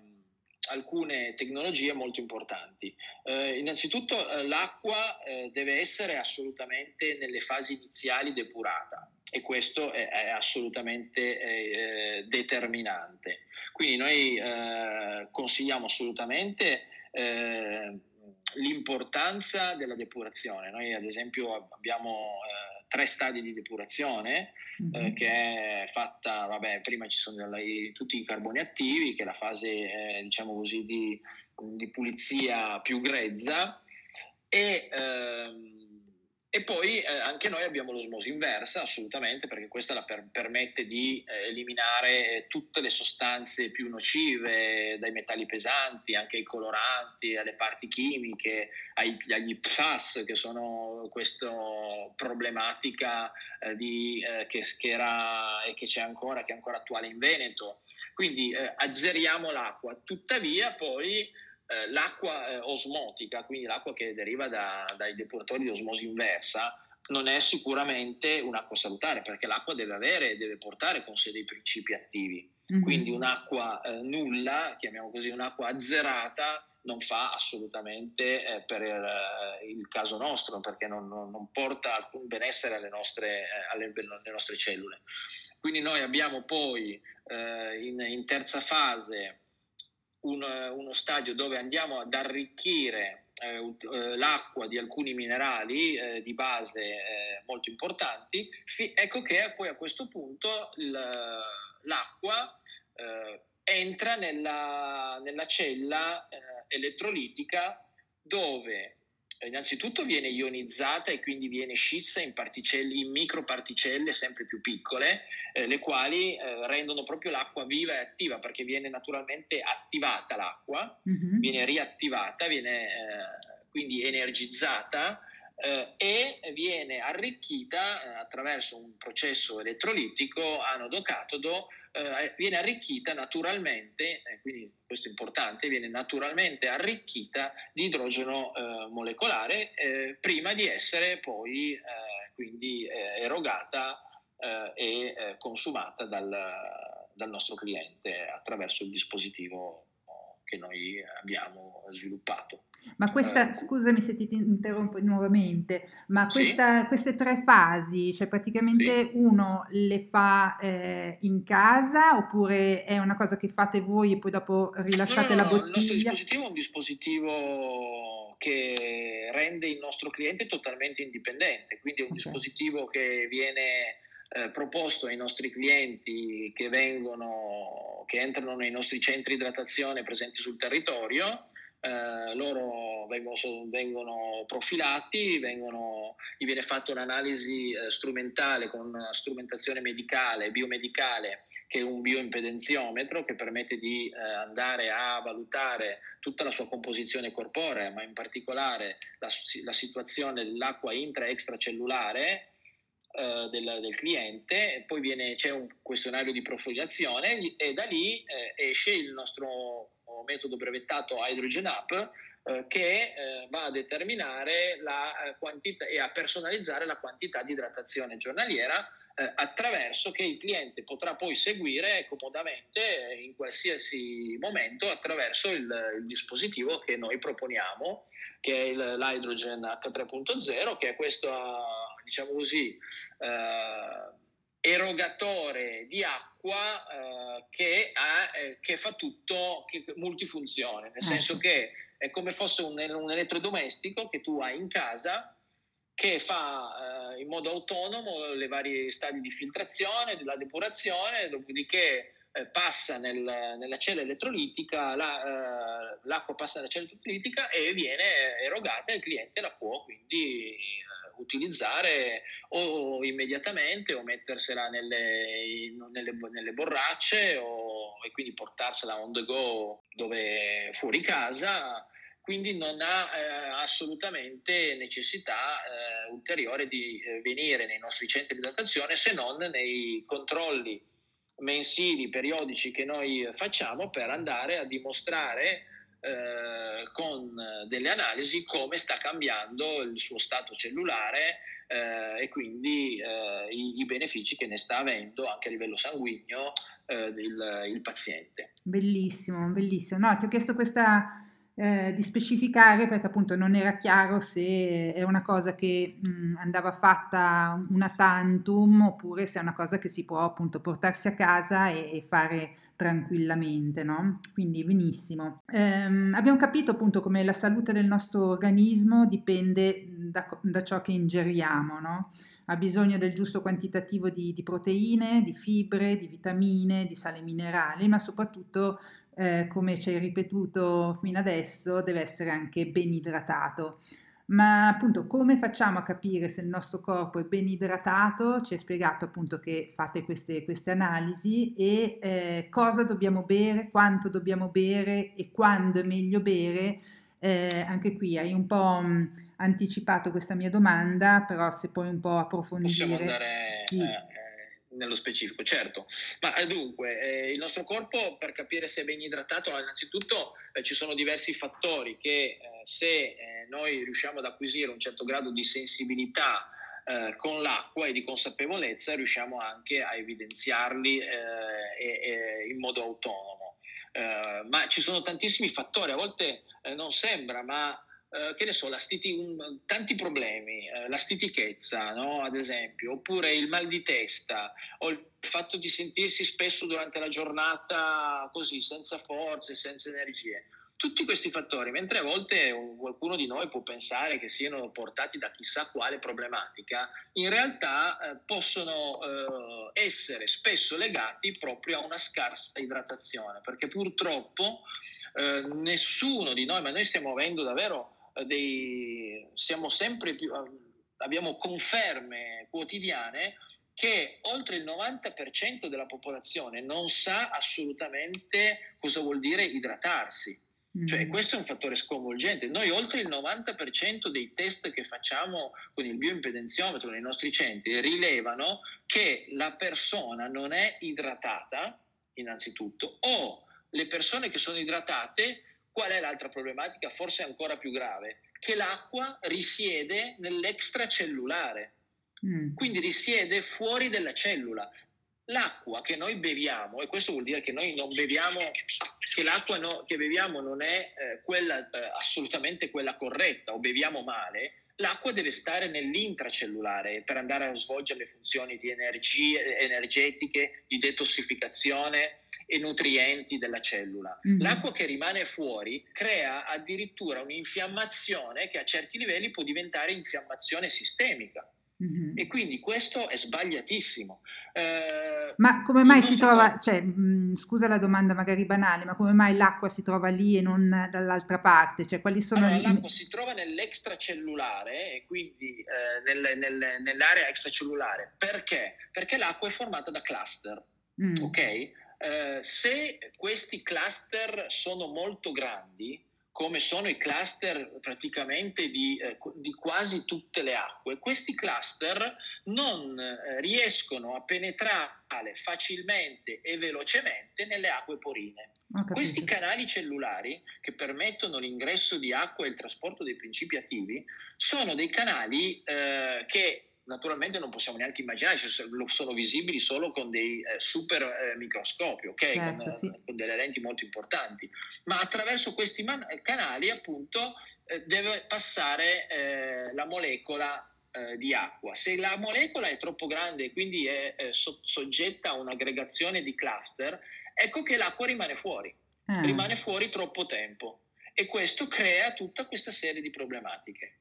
alcune tecnologie molto importanti. Eh, innanzitutto eh, l'acqua eh, deve essere assolutamente nelle fasi iniziali depurata e questo è, è assolutamente eh, determinante. Quindi noi eh, consigliamo assolutamente eh, l'importanza della depurazione. Noi ad esempio abbiamo eh, tre stadi di depurazione mm-hmm. eh, che è fatta, vabbè, prima ci sono i, tutti i carboni attivi, che è la fase eh, diciamo così di, di pulizia più grezza, e ehm, E poi eh, anche noi abbiamo l'osmosi inversa, assolutamente, perché questa la per- permette di eh, eliminare tutte le sostanze più nocive, dai metalli pesanti, anche ai coloranti, alle parti chimiche, ai, agli P F A S, che sono questa problematica eh, di, eh, che, che era e che c'è ancora, che è ancora attuale in Veneto. Quindi eh, azzeriamo l'acqua, tuttavia poi eh, l'acqua eh, osmotica, quindi l'acqua che deriva da, dai depuratori di osmosi inversa, non è sicuramente un'acqua salutare, perché l'acqua deve avere, deve portare con sé dei principi attivi. Mm-hmm. Quindi un'acqua eh, nulla, chiamiamo così, un'acqua azzerata, non fa assolutamente eh, per eh, il caso nostro, perché non, non, non porta alcun benessere alle nostre, eh, alle, alle nostre cellule. Quindi noi abbiamo poi eh, in, in terza fase un, uno stadio dove andiamo ad arricchire eh, l'acqua di alcuni minerali eh, di base eh, molto importanti. Fi- ecco che poi a questo punto il, l'acqua eh, entra nella, nella cella eh, elettrolitica, dove innanzitutto viene ionizzata e quindi viene scissa in particelle, in microparticelle sempre più piccole, eh, le quali eh, rendono proprio l'acqua viva e attiva, perché viene naturalmente attivata l'acqua, mm-hmm. viene riattivata, viene eh, quindi energizzata eh, e viene arricchita eh, attraverso un processo elettrolitico anodo-catodo, eh, viene arricchita naturalmente, eh, quindi questo è importante, viene naturalmente arricchita di idrogeno eh, molecolare eh, prima di essere poi eh, quindi eh, erogata eh, e eh, consumata dal, dal nostro cliente attraverso il dispositivo che noi abbiamo sviluppato. Ma questa, uh, scusami se ti interrompo nuovamente, ma questa, sì? Queste tre fasi, cioè praticamente sì. uno le fa eh, in casa oppure è una cosa che fate voi e poi dopo rilasciate no, no, la no, bottiglia? Il nostro dispositivo è un dispositivo che rende il nostro cliente totalmente indipendente, quindi è un okay. dispositivo che viene eh, proposto ai nostri clienti che vengono, che entrano nei nostri centri di idratazione presenti sul territorio. Eh, loro vengono, vengono profilati, vengono, gli viene fatta un'analisi eh, strumentale con strumentazione medicale, biomedicale, che è un bioimpedenziometro che permette di eh, andare a valutare tutta la sua composizione corporea, ma in particolare la, la situazione dell'acqua intra e extracellulare eh, del, del cliente. Poi viene, c'è un questionario di profilazione e da lì eh, esce il nostro metodo brevettato Hydrogen Up eh, che eh, va a determinare la eh, quantità e a personalizzare la quantità di idratazione giornaliera eh, attraverso che il cliente potrà poi seguire comodamente eh, in qualsiasi momento attraverso il, il dispositivo che noi proponiamo, che è il, l'Hydrogen acca tre punto zero, che è questo, diciamo così, eh, erogatore di acqua eh, che, ha, eh, che fa tutto, che, multifunzione, nel senso che è come fosse un, un elettrodomestico che tu hai in casa, che fa eh, in modo autonomo le varie stadi di filtrazione, della depurazione, dopodiché eh, passa nel, nella cella elettrolitica, la, eh, l'acqua passa nella cella elettrolitica e viene erogata e il cliente la può quindi eh, utilizzare o immediatamente o mettersela nelle, nelle, nelle borracce o, e quindi portarsela on the go dove fuori casa. Quindi non ha eh, assolutamente necessità eh, ulteriore di eh, venire nei nostri centri di idratazione, se non nei controlli mensili, periodici che noi facciamo per andare a dimostrare eh, con delle analisi come sta cambiando il suo stato cellulare eh, e quindi eh, i, i benefici che ne sta avendo anche a livello sanguigno eh, il, il paziente. Bellissimo, bellissimo. No, ti ho chiesto questa... Eh, di specificare perché appunto non era chiaro se è una cosa che mh, andava fatta una tantum oppure se è una cosa che si può appunto portarsi a casa e, e fare tranquillamente, no? Quindi benissimo. Ehm, abbiamo capito appunto come la salute del nostro organismo dipende da, da ciò che ingeriamo, no? Ha bisogno del giusto quantitativo di, di proteine, di fibre, di vitamine, di sali minerali, ma soprattutto Eh, come ci hai ripetuto fino adesso, deve essere anche ben idratato. Ma appunto come facciamo a capire se il nostro corpo è ben idratato? Ci hai spiegato appunto che fate queste, queste analisi e eh, cosa dobbiamo bere, quanto dobbiamo bere e quando è meglio bere. Eh, anche qui hai un po' mh, anticipato questa mia domanda, però se puoi un po' Possiamo approfondire. andare eh, Sì. eh, nello specifico, certo. Ma eh, dunque, eh, il nostro corpo, per capire se è ben idratato, no, innanzitutto eh, ci sono diversi fattori che eh, se eh, noi riusciamo ad acquisire un certo grado di sensibilità eh, con l'acqua e di consapevolezza, riusciamo anche a evidenziarli eh, e, e in modo autonomo. Eh, ma ci sono tantissimi fattori, a volte eh, non sembra, ma Uh, che ne so, la stiti- un, tanti problemi, uh, la stitichezza, no? Ad esempio, oppure il mal di testa, o il fatto di sentirsi spesso durante la giornata così, senza forze, senza energie. Tutti questi fattori, mentre a volte un, qualcuno di noi può pensare che siano portati da chissà quale problematica, in realtà uh, possono uh, essere spesso legati proprio a una scarsa idratazione, perché purtroppo uh, nessuno di noi, ma noi stiamo avendo davvero dei, siamo sempre più, abbiamo conferme quotidiane che oltre il novanta per cento della popolazione non sa assolutamente cosa vuol dire idratarsi. Mm. Cioè, questo è un fattore sconvolgente. Noi oltre il novanta per cento dei test che facciamo con il bioimpedenziometro nei nostri centri rilevano che la persona non è idratata, innanzitutto, o le persone che sono idratate. Qual è l'altra problematica? Forse ancora più grave, che l'acqua risiede nell'extracellulare, mm. quindi risiede fuori dalla cellula. L'acqua che noi beviamo, e questo vuol dire che noi non beviamo, che l'acqua no, che beviamo non è eh, quella, eh, assolutamente quella corretta, o beviamo male. L'acqua deve stare nell'intracellulare per andare a svolgere le funzioni di energie energetiche, di detossificazione e nutrienti della cellula. Mm-hmm. L'acqua che rimane fuori crea addirittura un'infiammazione che a certi livelli può diventare infiammazione sistemica. Mm-hmm. E quindi questo è sbagliatissimo. Eh, ma come mai si trova, corpo... cioè, mh, scusa la domanda magari banale, ma come mai l'acqua si trova lì e non dall'altra parte? Cioè, quali sono allora, gli... l'acqua si trova nell'extracellulare e quindi eh, nel, nel, nell'area extracellulare. Perché? Perché l'acqua è formata da cluster, mm. ok? Eh, se questi cluster sono molto grandi, come sono i cluster praticamente di, eh, di quasi tutte le acque, questi cluster non eh, riescono a penetrare facilmente e velocemente nelle acque porine. Questi canali cellulari che permettono l'ingresso di acqua e il trasporto dei principi attivi sono dei canali eh, che naturalmente non possiamo neanche immaginare, sono visibili solo con dei eh, super eh, microscopi, ok? Certo, con, sì. con delle lenti molto importanti. Ma attraverso questi man- canali, appunto, eh, deve passare eh, la molecola eh, di acqua. Se la molecola è troppo grande e quindi è eh, so- soggetta a un'aggregazione di cluster, ecco che l'acqua rimane fuori, ah. rimane fuori troppo tempo. E questo crea tutta questa serie di problematiche.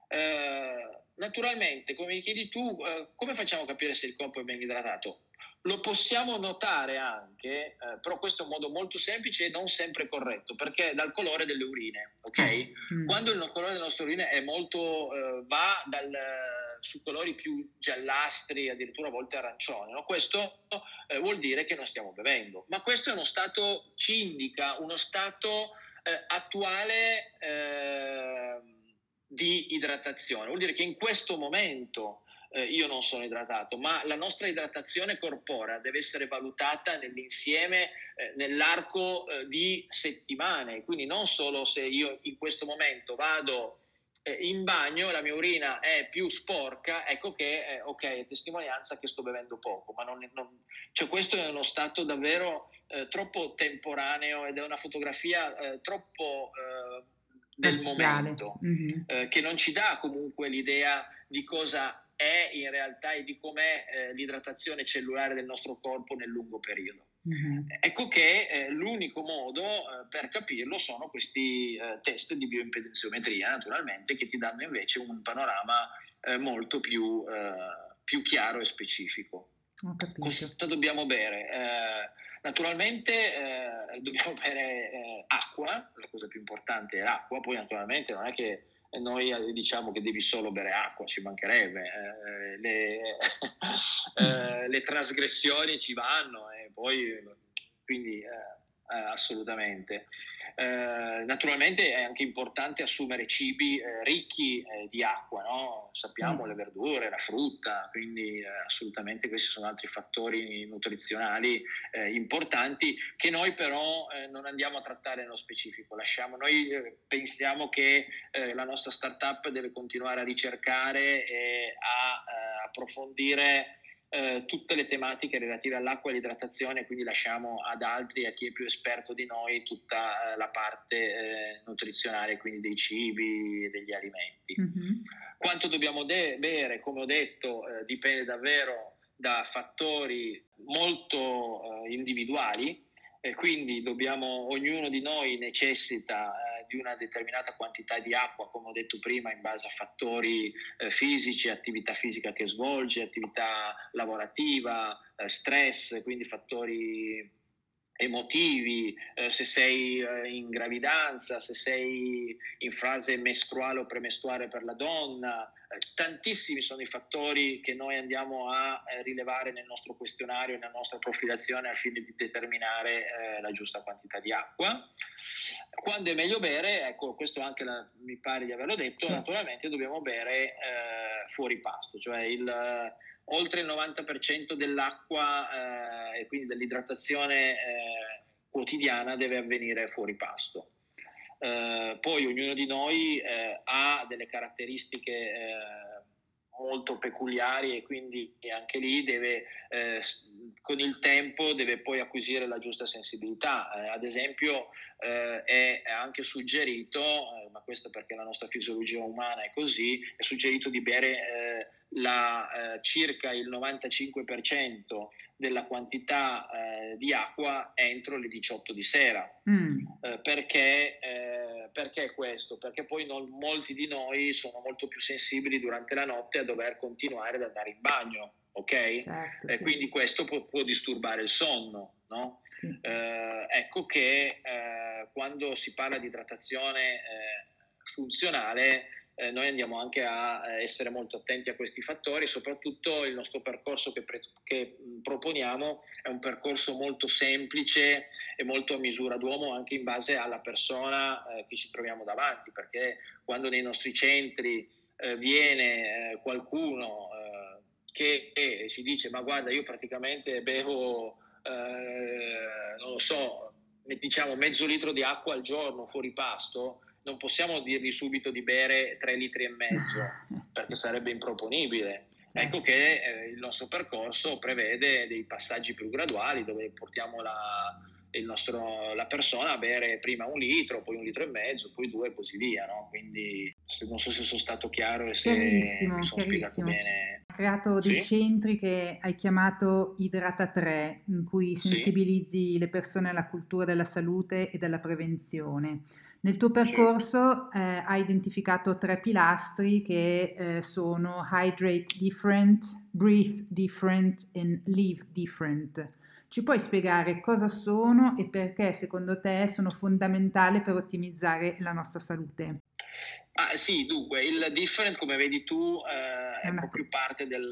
Uh, naturalmente, come mi chiedi tu, uh, come facciamo a capire se il corpo è ben idratato? Lo possiamo notare anche, uh, però questo è un modo molto semplice e non sempre corretto, perché dal colore delle urine, ok? Mm. Quando il colore delle nostre urine è molto, va dal, su colori più giallastri, addirittura a volte arancioni, no? Questo vuol dire che non stiamo bevendo, ma questo è uno stato, ci indica uno stato attuale di idratazione, vuol dire che in questo momento eh, io non sono idratato, ma la nostra idratazione corporea deve essere valutata nell'insieme, eh, nell'arco eh, di settimane, quindi non solo se io in questo momento vado eh, in bagno, la mia urina è più sporca, ecco che eh, ok, è testimonianza che sto bevendo poco, ma non, non, cioè questo è uno stato davvero eh, troppo temporaneo ed è una fotografia eh, troppo eh, del momento, mm-hmm. eh, che non ci dà comunque l'idea di cosa è in realtà e di com'è eh, l'idratazione cellulare del nostro corpo nel lungo periodo. Mm-hmm. Ecco che eh, l'unico modo eh, per capirlo sono questi eh, test di bioimpedenziometria, naturalmente, che ti danno invece un panorama eh, molto più, eh, più chiaro e specifico. Ho capito. Cosa dobbiamo bere? Eh, Naturalmente eh, dobbiamo bere eh, acqua, la cosa più importante è l'acqua, poi naturalmente non è che e noi eh, diciamo che devi solo bere acqua, ci mancherebbe, eh, le, eh, le trasgressioni ci vanno e poi quindi eh, eh, assolutamente. Eh, naturalmente è anche importante assumere cibi eh, ricchi eh, di acqua, no? Sappiamo Sì. le verdure, la frutta, quindi eh, assolutamente questi sono altri fattori nutrizionali eh, importanti che noi però eh, non andiamo a trattare nello specifico. Lasciamo, noi eh, pensiamo che eh, la nostra startup deve continuare a ricercare e a eh, approfondire eh, tutte le tematiche relative all'acqua e all'idratazione, quindi lasciamo ad altri, a chi è più esperto di noi, tutta eh, la parte eh, nutrizionale, quindi dei cibi e degli alimenti. Mm-hmm. Quanto dobbiamo de- bere, come ho detto, eh, dipende davvero da fattori molto eh, individuali, e quindi dobbiamo, ognuno di noi necessita eh, di una determinata quantità di acqua, come ho detto prima, in base a fattori eh, fisici, attività fisica che svolge, attività lavorativa, eh, stress, quindi fattori emotivi, eh, se sei eh, in gravidanza, se sei in fase mestruale o premestruale per la donna. Eh, tantissimi sono i fattori che noi andiamo a eh, rilevare nel nostro questionario e nella nostra profilazione al fine di determinare eh, la giusta quantità di acqua. Quando è meglio bere, ecco, questo anche la, mi pare di averlo detto, Sì. naturalmente dobbiamo bere eh, fuori pasto, cioè il oltre il novanta per cento dell'acqua eh, e quindi dell'idratazione eh, quotidiana deve avvenire fuori pasto. Eh, poi ognuno di noi eh, ha delle caratteristiche eh, molto peculiari e quindi anche lì deve, eh, con il tempo deve poi acquisire la giusta sensibilità. Eh, ad esempio eh, è anche suggerito, eh, ma questo perché la nostra fisiologia umana è così, è suggerito di bere eh, la, eh, circa il novantacinque per cento della quantità eh, di acqua entro le diciotto di sera. Mm. Eh, perché, eh, perché questo? Perché poi non, molti di noi sono molto più sensibili durante la notte a dover continuare ad andare in bagno, ok? Certo, E sì. quindi questo può, può disturbare il sonno, no? Sì. Eh, ecco che eh, quando si parla di idratazione eh, funzionale eh, noi andiamo anche a essere molto attenti a questi fattori, soprattutto il nostro percorso che, pre- che proponiamo è un percorso molto semplice e molto a misura d'uomo anche in base alla persona eh, che ci troviamo davanti, perché quando nei nostri centri eh, viene eh, qualcuno eh, che, che ci dice ma guarda io praticamente bevo eh, non lo so, diciamo mezzo litro di acqua al giorno fuori pasto, non possiamo dirgli subito di bere tre litri e mezzo perché Sì. sarebbe improponibile. Certo. Ecco che eh, il nostro percorso prevede dei passaggi più graduali dove portiamo la, il nostro, la persona a bere prima un litro, poi un litro e mezzo, poi due e così via, no? Quindi se, non so se sono stato chiaro e se Chiarissimo, mi sono spiegato chiarissimo. bene. Hai creato dei Sì? centri che hai chiamato Idrata tre, in cui Sì? sensibilizzi le persone alla cultura della salute e della prevenzione. Nel tuo Certo. percorso eh, hai identificato tre pilastri che eh, sono Hydrate Different, Breathe Different e Live Different. Ci puoi spiegare cosa sono e perché secondo te sono fondamentali per ottimizzare la nostra salute? Ah, sì, dunque, il different, come vedi tu, eh, è Una- proprio parte del,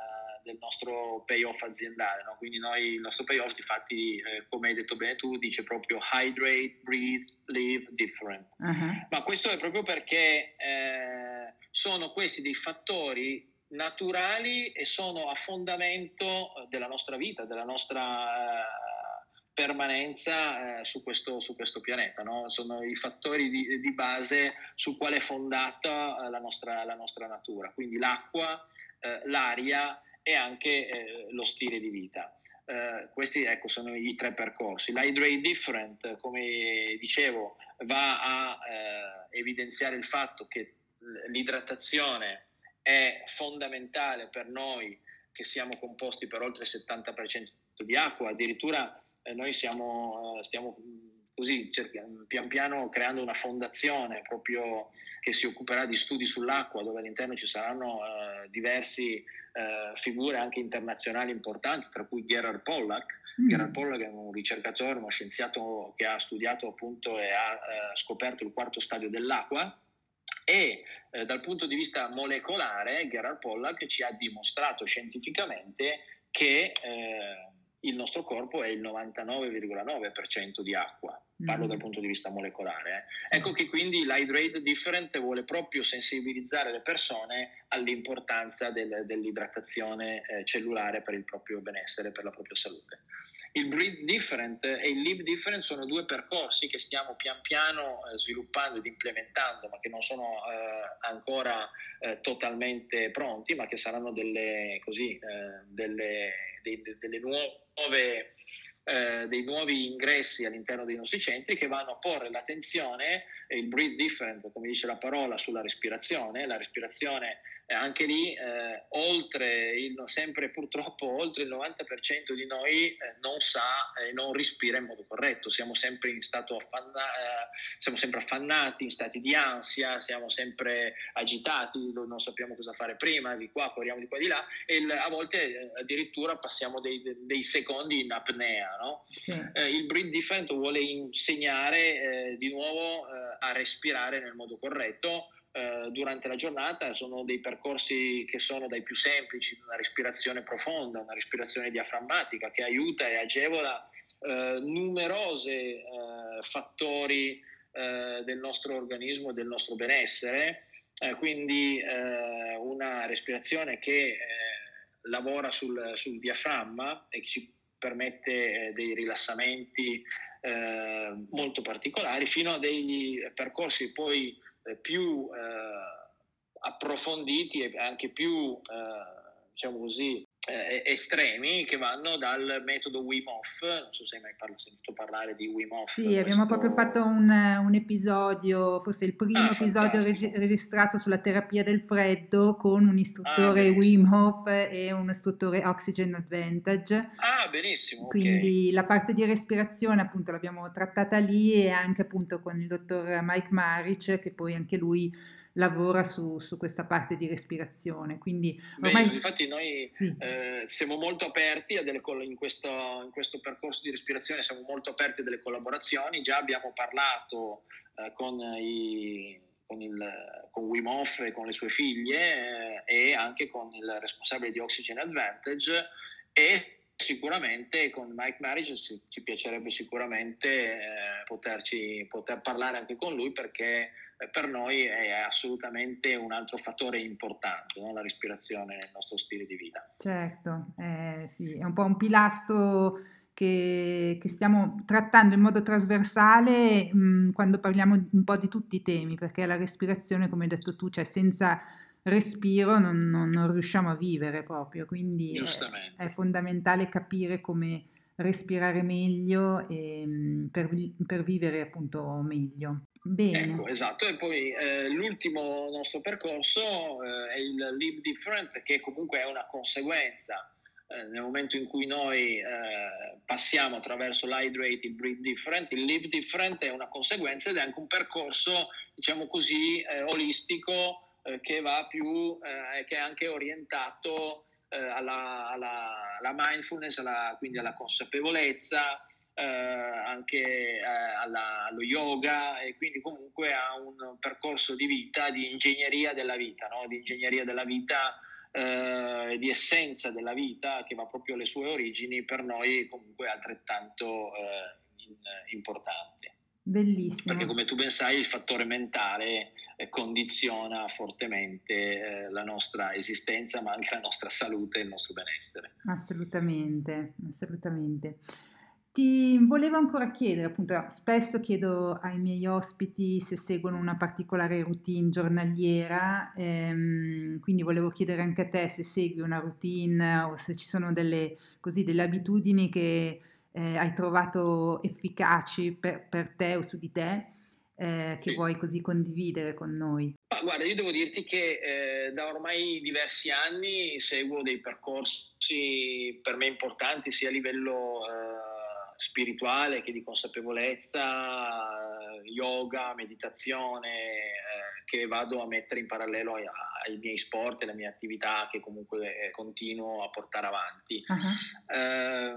del nostro payoff aziendale, no? Quindi noi, il nostro payoff, difatti, eh, come hai detto bene tu, dice proprio hydrate, breathe, live different. Uh-huh. Ma questo è proprio perché eh, sono questi dei fattori naturali e sono a fondamento della nostra vita, della nostra eh, permanenza eh, su, questo, su questo pianeta, no? Sono i fattori di, di base su quale è fondata eh, la, nostra, la nostra natura, quindi l'acqua, eh, l'aria e anche eh, lo stile di vita. Eh, questi ecco, sono i tre percorsi. L'Hydrate Different, come dicevo, va a eh, evidenziare il fatto che l'idratazione è fondamentale per noi che siamo composti per oltre il settanta per cento di acqua, addirittura eh, noi siamo, eh, stiamo così cercando, pian piano creando una fondazione proprio che si occuperà di studi sull'acqua, dove all'interno ci saranno eh, diversi eh, figure anche internazionali importanti, tra cui Gerard Pollack. Mm. Gerard Pollack è un ricercatore, uno scienziato che ha studiato appunto e ha eh, scoperto il quarto stadio dell'acqua, e eh, dal punto di vista molecolare Gerard Pollack ci ha dimostrato scientificamente che eh, il nostro corpo è il novantanove virgola nove per cento di acqua. Parlo mm. dal punto di vista molecolare. Eh. Sì. Ecco che quindi l'Hydrate Different vuole proprio sensibilizzare le persone all'importanza del, dell'idratazione eh, cellulare per il proprio benessere, per la propria salute. Il Breathe Different e il Live Different sono due percorsi che stiamo pian piano eh, sviluppando ed implementando, ma che non sono eh, ancora eh, totalmente pronti, ma che saranno delle, così, eh, delle, dei, delle nuove, eh, dei nuovi ingressi all'interno dei nostri centri, che vanno a porre l'attenzione, il Breathe Different, come dice la parola, sulla respirazione. La respirazione eh, anche lì, eh, oltre il, sempre purtroppo oltre il novanta per cento di noi eh, non sa e eh, non respira in modo corretto. Siamo sempre in stato affanna, eh, siamo sempre affannati, in stati di ansia, siamo sempre agitati, non sappiamo cosa fare prima, di qua, corriamo di qua di là, e il, a volte eh, addirittura passiamo dei, dei secondi in apnea, no? Sì. Eh, il Breathe Different vuole insegnare eh, di nuovo eh, a respirare nel modo corretto durante la giornata. Sono dei percorsi che sono dai più semplici, una respirazione profonda, una respirazione diaframmatica che aiuta e agevola eh, numerose eh, fattori eh, del nostro organismo e del nostro benessere, eh, quindi eh, una respirazione che eh, lavora sul, sul diaframma e che ci permette eh, dei rilassamenti eh, molto particolari, fino a dei percorsi poi più eh, approfonditi e anche più eh, diciamo così eh, estremi, che vanno dal metodo Wim Hof. Non so se hai mai parlo, sentito parlare di Wim Hof. Sì, questo... abbiamo proprio fatto un, un episodio, forse il primo ah, episodio reg- registrato sulla terapia del freddo, con un istruttore ah, Wim Hof e un istruttore Oxygen Advantage. Ah, benissimo. Quindi okay. La parte di respirazione appunto l'abbiamo trattata lì, e anche appunto con il dottor Mike Maric, che poi anche lui lavora su, su questa parte di respirazione. Quindi ormai... Beh, infatti noi sì. eh, siamo molto aperti a delle coll- in, questo, in questo percorso di respirazione, siamo molto aperti a delle collaborazioni. Già abbiamo parlato eh, con, i, con, il, con Wim Hof e con le sue figlie eh, e anche con il responsabile di Oxygen Advantage, e sicuramente con Mike Maric ci, ci piacerebbe sicuramente eh, poterci, poter parlare anche con lui, perché per noi è assolutamente un altro fattore importante, no? La respirazione nel nostro stile di vita. Certo, eh, sì, è un po' un pilastro che, che stiamo trattando in modo trasversale mh, quando parliamo un po' di tutti i temi, perché la respirazione, come hai detto tu, cioè senza respiro non, non, non riusciamo a vivere proprio, quindi è, è fondamentale capire come respirare meglio e, mh, per, per vivere appunto meglio. Bene. Ecco, esatto. E poi eh, l'ultimo nostro percorso eh, è il Live Different, che comunque è una conseguenza eh, nel momento in cui noi eh, passiamo attraverso l'Hydrate, il Breathe Different. Il Live Different è una conseguenza ed è anche un percorso, diciamo così, eh, olistico, eh, che va più, eh, che è anche orientato eh, alla, alla, alla mindfulness, alla, quindi alla consapevolezza, Eh, anche eh, alla, allo yoga, e quindi comunque a un percorso di vita, di ingegneria della vita, no? Di ingegneria della vita, eh, di essenza della vita, che va proprio alle sue origini, per noi comunque altrettanto eh, in, importante. Bellissimo. Perché, come tu ben sai, il fattore mentale eh, condiziona fortemente eh, la nostra esistenza, ma anche la nostra salute e il nostro benessere. Assolutamente, assolutamente. Ti volevo ancora chiedere, appunto, spesso chiedo ai miei ospiti se seguono una particolare routine giornaliera, ehm, quindi volevo chiedere anche a te se segui una routine o se ci sono delle, così, delle abitudini che eh, hai trovato efficaci per, per te o su di te, eh, che Sì. vuoi così condividere con noi. Ma guarda, io devo dirti che eh, da ormai diversi anni seguo dei percorsi per me importanti, sia a livello eh, spirituale che di consapevolezza, eh, yoga, meditazione, eh, che vado a mettere in parallelo ai, ai miei sport e alle mie attività che comunque eh, continuo a portare avanti. Uh-huh.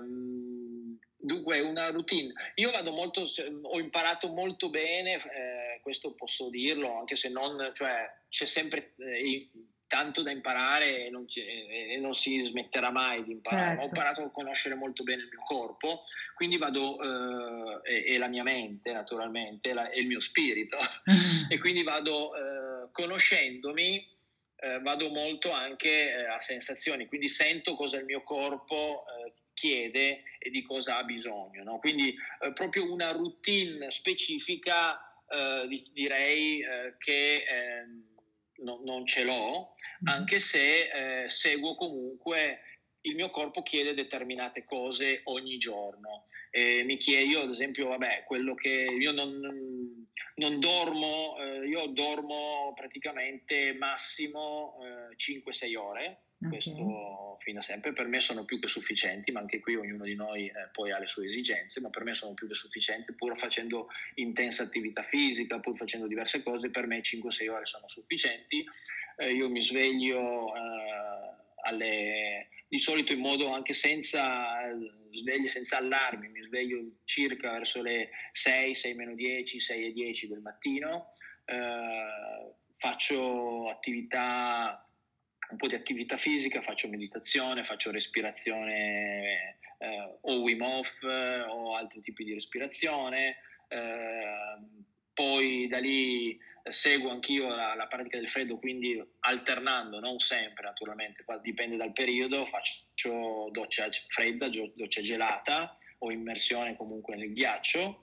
Ehm, Dunque, una routine. Io vado molto, ho imparato molto bene eh, eh, questo posso dirlo, anche se non, cioè c'è sempre eh, tanto da imparare e non, e non si smetterà mai di imparare. Certo. Ma ho imparato a conoscere molto bene il mio corpo, quindi vado, eh, e, e la mia mente naturalmente, la, e il mio spirito, e quindi vado eh, conoscendomi, eh, vado molto anche eh, a sensazioni, quindi sento cosa il mio corpo eh, chiede e di cosa ha bisogno, no? Quindi eh, proprio una routine specifica eh, di, direi eh, che eh, no, non ce l'ho, anche se eh, seguo comunque, il mio corpo chiede determinate cose ogni giorno. E mi chiedo, io ad esempio, vabbè, quello che io non, non dormo, eh, io dormo praticamente massimo eh, cinque sei ore, Okay. questo fino a sempre, per me sono più che sufficienti, ma anche qui ognuno di noi eh, poi ha le sue esigenze, ma per me sono più che sufficienti, pur facendo intensa attività fisica, pur facendo diverse cose, per me cinque sei ore sono sufficienti. Eh, io mi sveglio eh, alle, di solito in modo anche senza sveglie, senza allarmi, mi sveglio circa verso le sei, sei meno dieci, sei e dieci del mattino, eh, faccio attività, un po' di attività fisica, faccio meditazione, faccio respirazione eh, o Wim Hof eh, o altri tipi di respirazione, eh, poi da lì seguo anch'io la, la pratica del freddo, quindi alternando, non sempre naturalmente, dipende dal periodo, faccio doccia fredda, doccia gelata o immersione comunque nel ghiaccio.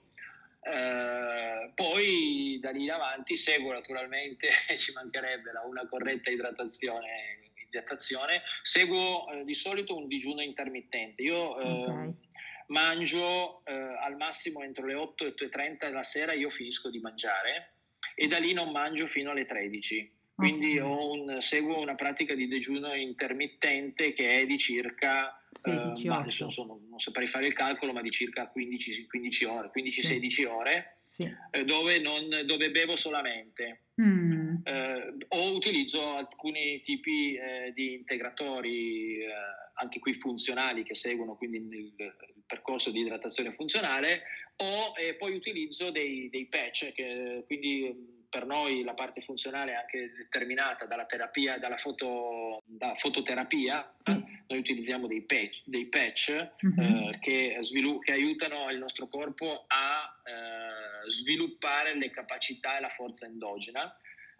Eh, poi da lì in avanti seguo naturalmente, ci mancherebbe la, una corretta idratazione, idratazione. Seguo eh, di solito un digiuno intermittente. Io eh, okay. mangio eh, al massimo entro le otto e otto e trenta della sera, io finisco di mangiare e da lì non mangio fino alle tredici. Quindi okay. ho un, seguo una pratica di digiuno intermittente che è di circa sedici, eh, adesso sono, non saprei fare il calcolo, ma di circa quindici, quindici ore, quindici sedici sì. ore, sì. eh, dove, non, dove bevo solamente. Mm. Eh, o utilizzo alcuni tipi eh, di integratori, eh, anche qui funzionali, che seguono quindi il, il percorso di idratazione funzionale, o eh, poi utilizzo dei, dei patch, che quindi per noi la parte funzionale è anche determinata dalla terapia, dalla, foto, dalla fototerapia. Sì. Noi utilizziamo dei patch, dei patch mm-hmm. eh, che, svilu- che aiutano il nostro corpo a eh, sviluppare le capacità e la forza endogena.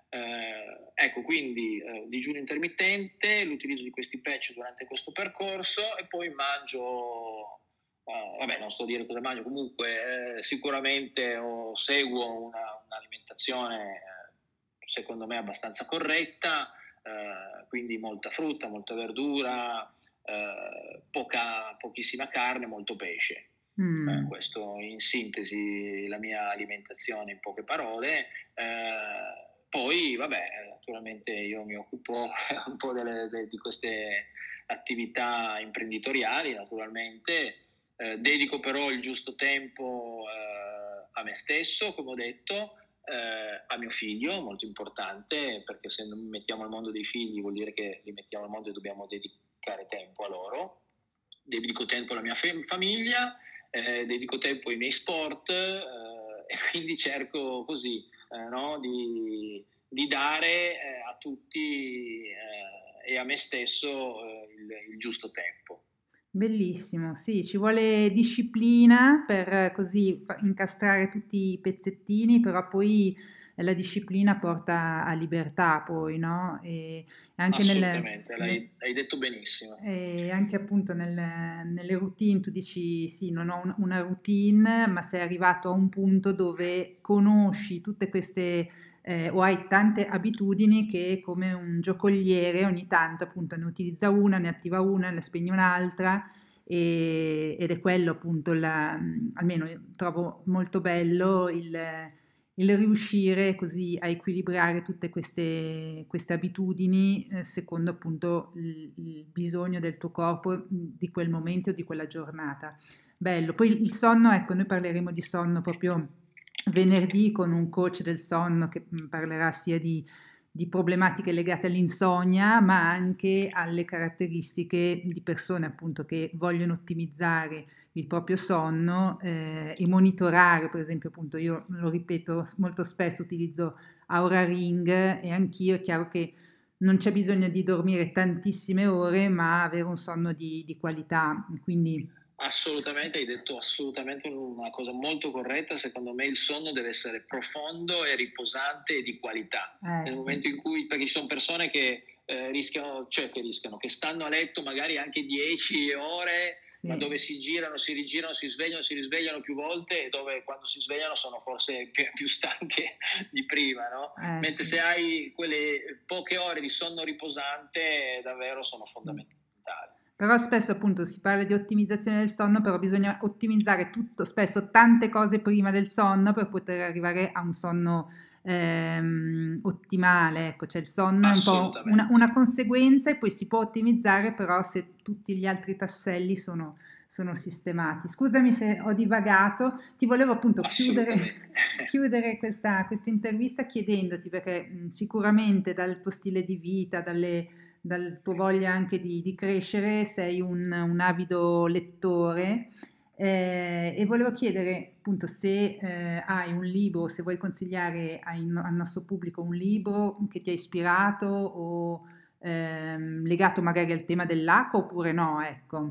Eh, ecco, quindi eh, digiuno intermittente, l'utilizzo di questi patch durante questo percorso e poi mangio... Uh, vabbè, non sto a dire cosa mangio, comunque eh, sicuramente oh, seguo una, un'alimentazione eh, secondo me abbastanza corretta, eh, quindi molta frutta, molta verdura, eh, poca, pochissima carne, molto pesce. Mm. Eh, questo in sintesi la mia alimentazione in poche parole. Eh, poi vabbè, naturalmente io mi occupo un po' delle, de, di queste attività imprenditoriali, naturalmente. Eh, dedico però il giusto tempo eh, a me stesso, come ho detto, eh, a mio figlio, molto importante, perché se non mettiamo al mondo dei figli vuol dire che li mettiamo al mondo e dobbiamo dedicare tempo a loro. Dedico tempo alla mia fam- famiglia, eh, dedico tempo ai miei sport eh, e quindi cerco così eh, no, di, di dare eh, a tutti eh, e a me stesso eh, il, il giusto tempo. Bellissimo, sì, ci vuole disciplina per così incastrare tutti i pezzettini, però poi la disciplina porta a libertà poi, no? E anche Assolutamente, nelle, l'hai, hai detto benissimo. E anche appunto nelle, nelle routine tu dici sì, non ho un, una routine, ma sei arrivato a un punto dove conosci tutte queste... Eh, o hai tante abitudini che come un giocoliere ogni tanto appunto ne utilizza una, ne attiva una, ne spegne un'altra e, ed è quello appunto, la, almeno trovo molto bello il, il riuscire così a equilibrare tutte queste, queste abitudini eh, secondo appunto il, il bisogno del tuo corpo di quel momento o di quella giornata. Bello, poi il sonno, ecco, noi parleremo di sonno proprio venerdì con un coach del sonno che parlerà sia di, di problematiche legate all'insonnia, ma anche alle caratteristiche di persone appunto che vogliono ottimizzare il proprio sonno eh, e monitorare, per esempio appunto io lo ripeto molto spesso, utilizzo Aura Ring e anch'io è chiaro che non c'è bisogno di dormire tantissime ore, ma avere un sonno di, di qualità, quindi... Assolutamente, hai detto assolutamente una cosa molto corretta. Secondo me il sonno deve essere profondo e riposante e di qualità. Eh, Nel sì. momento in cui, perché ci sono persone che eh, rischiano, cioè che rischiano, che stanno a letto magari anche dieci ore, sì. Ma dove si girano, si rigirano, si svegliano, si risvegliano più volte e dove quando si svegliano sono forse più, più stanche di prima, no? Eh, Mentre sì. Se hai quelle poche ore di sonno riposante, davvero sono fondamentali. Però spesso appunto si parla di ottimizzazione del sonno, però bisogna ottimizzare tutto, spesso tante cose prima del sonno per poter arrivare a un sonno ehm, ottimale. Ecco, cioè il sonno è un po' una, una conseguenza e poi si può ottimizzare però se tutti gli altri tasselli sono, sono sistemati. Scusami se ho divagato, ti volevo appunto chiudere, chiudere questa, questa intervista chiedendoti, perché mh, sicuramente dal tuo stile di vita, dalle dal tuo voglia anche di, di crescere, sei un, un avido lettore eh, e volevo chiedere appunto se eh, hai un libro, se vuoi consigliare ai, al nostro pubblico un libro che ti ha ispirato o ehm, legato magari al tema dell'acqua oppure no, ecco.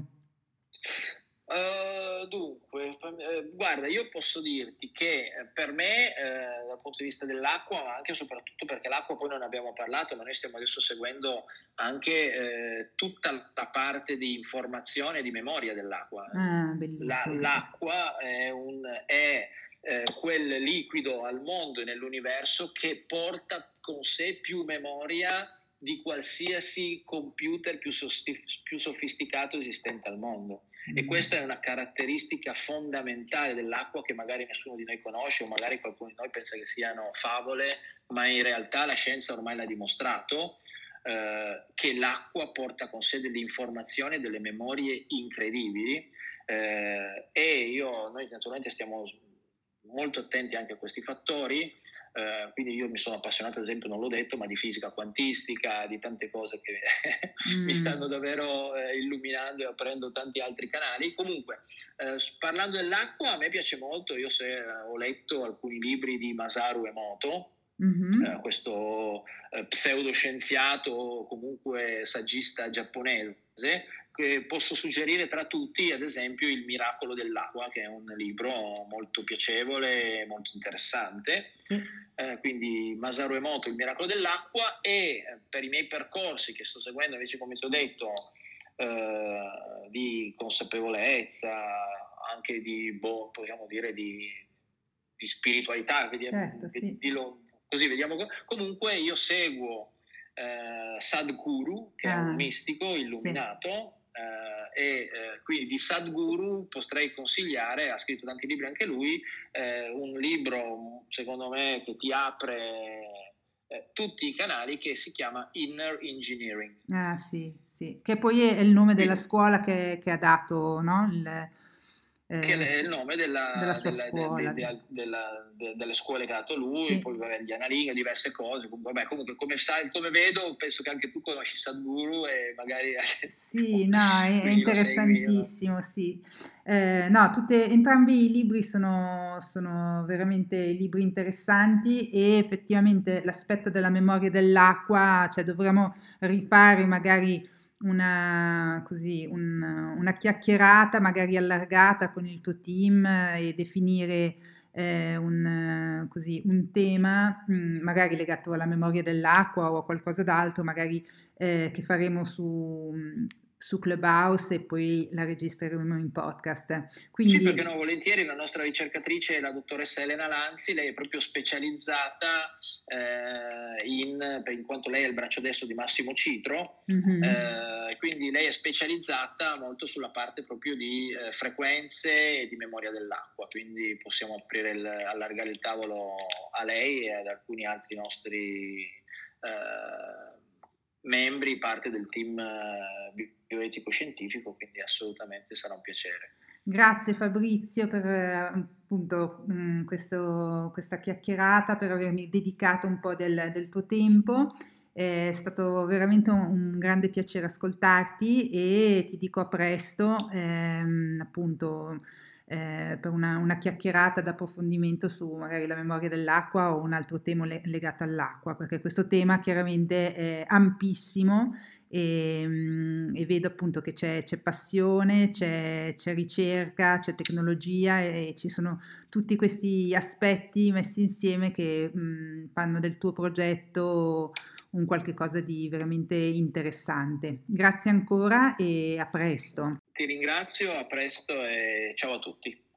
Uh, dunque, eh, guarda, io posso dirti che eh, per me, eh, dal punto di vista dell'acqua, ma anche e soprattutto perché l'acqua poi non ne abbiamo parlato, ma noi stiamo adesso seguendo anche eh, tutta la parte di informazione e di memoria dell'acqua. Ah, bellissimo. La, l'acqua è, un, è eh, quel liquido al mondo e nell'universo che porta con sé più memoria di qualsiasi computer più, sosti- più sofisticato esistente al mondo. E questa è una caratteristica fondamentale dell'acqua che magari nessuno di noi conosce o magari qualcuno di noi pensa che siano favole, ma in realtà la scienza ormai l'ha dimostrato, eh, che l'acqua porta con sé delle informazioni e delle memorie incredibili eh, e io, noi naturalmente stiamo molto attenti anche a questi fattori. Uh, quindi io mi sono appassionato, ad esempio, non l'ho detto, ma di fisica quantistica, di tante cose che mm. mi stanno davvero eh, illuminando e aprendo tanti altri canali. Comunque, eh, parlando dell'acqua, a me piace molto, io se, eh, ho letto alcuni libri di Masaru Emoto, mm-hmm. eh, questo eh, pseudoscienziato o comunque saggista giapponese, che posso suggerire tra tutti, ad esempio, Il miracolo dell'acqua, che è un libro molto piacevole e molto interessante. Sì. Eh, quindi Masaru Emoto, Il miracolo dell'acqua, e eh, per i miei percorsi che sto seguendo invece, come ti ho detto, eh, di consapevolezza, anche di, boh, possiamo dire, di, di spiritualità, vediamo, certo, sì. di, lo, così vediamo. Comunque io seguo eh, Sadhguru, che ah, è un mistico illuminato, sì. Eh, e eh, quindi di Sadhguru potrei consigliare, ha scritto tanti libri anche lui, eh, un libro secondo me che ti apre eh, tutti i canali, che si chiama Inner Engineering. Ah sì, sì, che poi è il nome della scuola che, che ha dato, no? Il, eh, che è il nome della, della sua della, scuola. De, de, de, della, de, delle scuole che ha dato lui, sì. Poi vabbè, gli analinghi, diverse cose. Vabbè, comunque come sai, come vedo, penso che anche tu conosci Sadhguru e magari sì, no, è, è interessantissimo, sì. Eh, no, tutte, entrambi i libri sono, sono veramente libri interessanti e effettivamente l'aspetto della memoria dell'acqua, cioè dovremmo rifare magari una, così, un, una chiacchierata magari allargata con il tuo team e definire eh, un, così, un tema mh, magari legato alla memoria dell'acqua o a qualcosa d'altro, magari eh, che faremo su, su Clubhouse e poi la registreremo in podcast. Quindi... Sì, perché no, volentieri. La nostra ricercatrice è la dottoressa Elena Lanzi, lei è proprio specializzata eh, in, in quanto lei è il braccio destro di Massimo Citro, mm-hmm. eh, quindi lei è specializzata molto sulla parte proprio di eh, frequenze e di memoria dell'acqua, quindi possiamo aprire il, allargare il tavolo a lei e ad alcuni altri nostri eh, membri, parte del team eh, bioetico scientifico, quindi assolutamente sarà un piacere. Grazie Fabrizio per eh, appunto mh, questo- questa chiacchierata, per avermi dedicato un po' del, del tuo tempo. È stato veramente un, un grande piacere ascoltarti e ti dico a presto, ehm, appunto, eh, per una, una chiacchierata d'approfondimento su magari la memoria dell'acqua o un altro tema le- legato all'acqua, perché questo tema chiaramente è ampissimo e, mm, e vedo appunto che c'è, c'è passione, c'è, c'è ricerca, c'è tecnologia e ci sono tutti questi aspetti messi insieme che mm, fanno del tuo progetto un qualche cosa di veramente interessante. Grazie ancora e a presto. Ti ringrazio, a presto e ciao a tutti.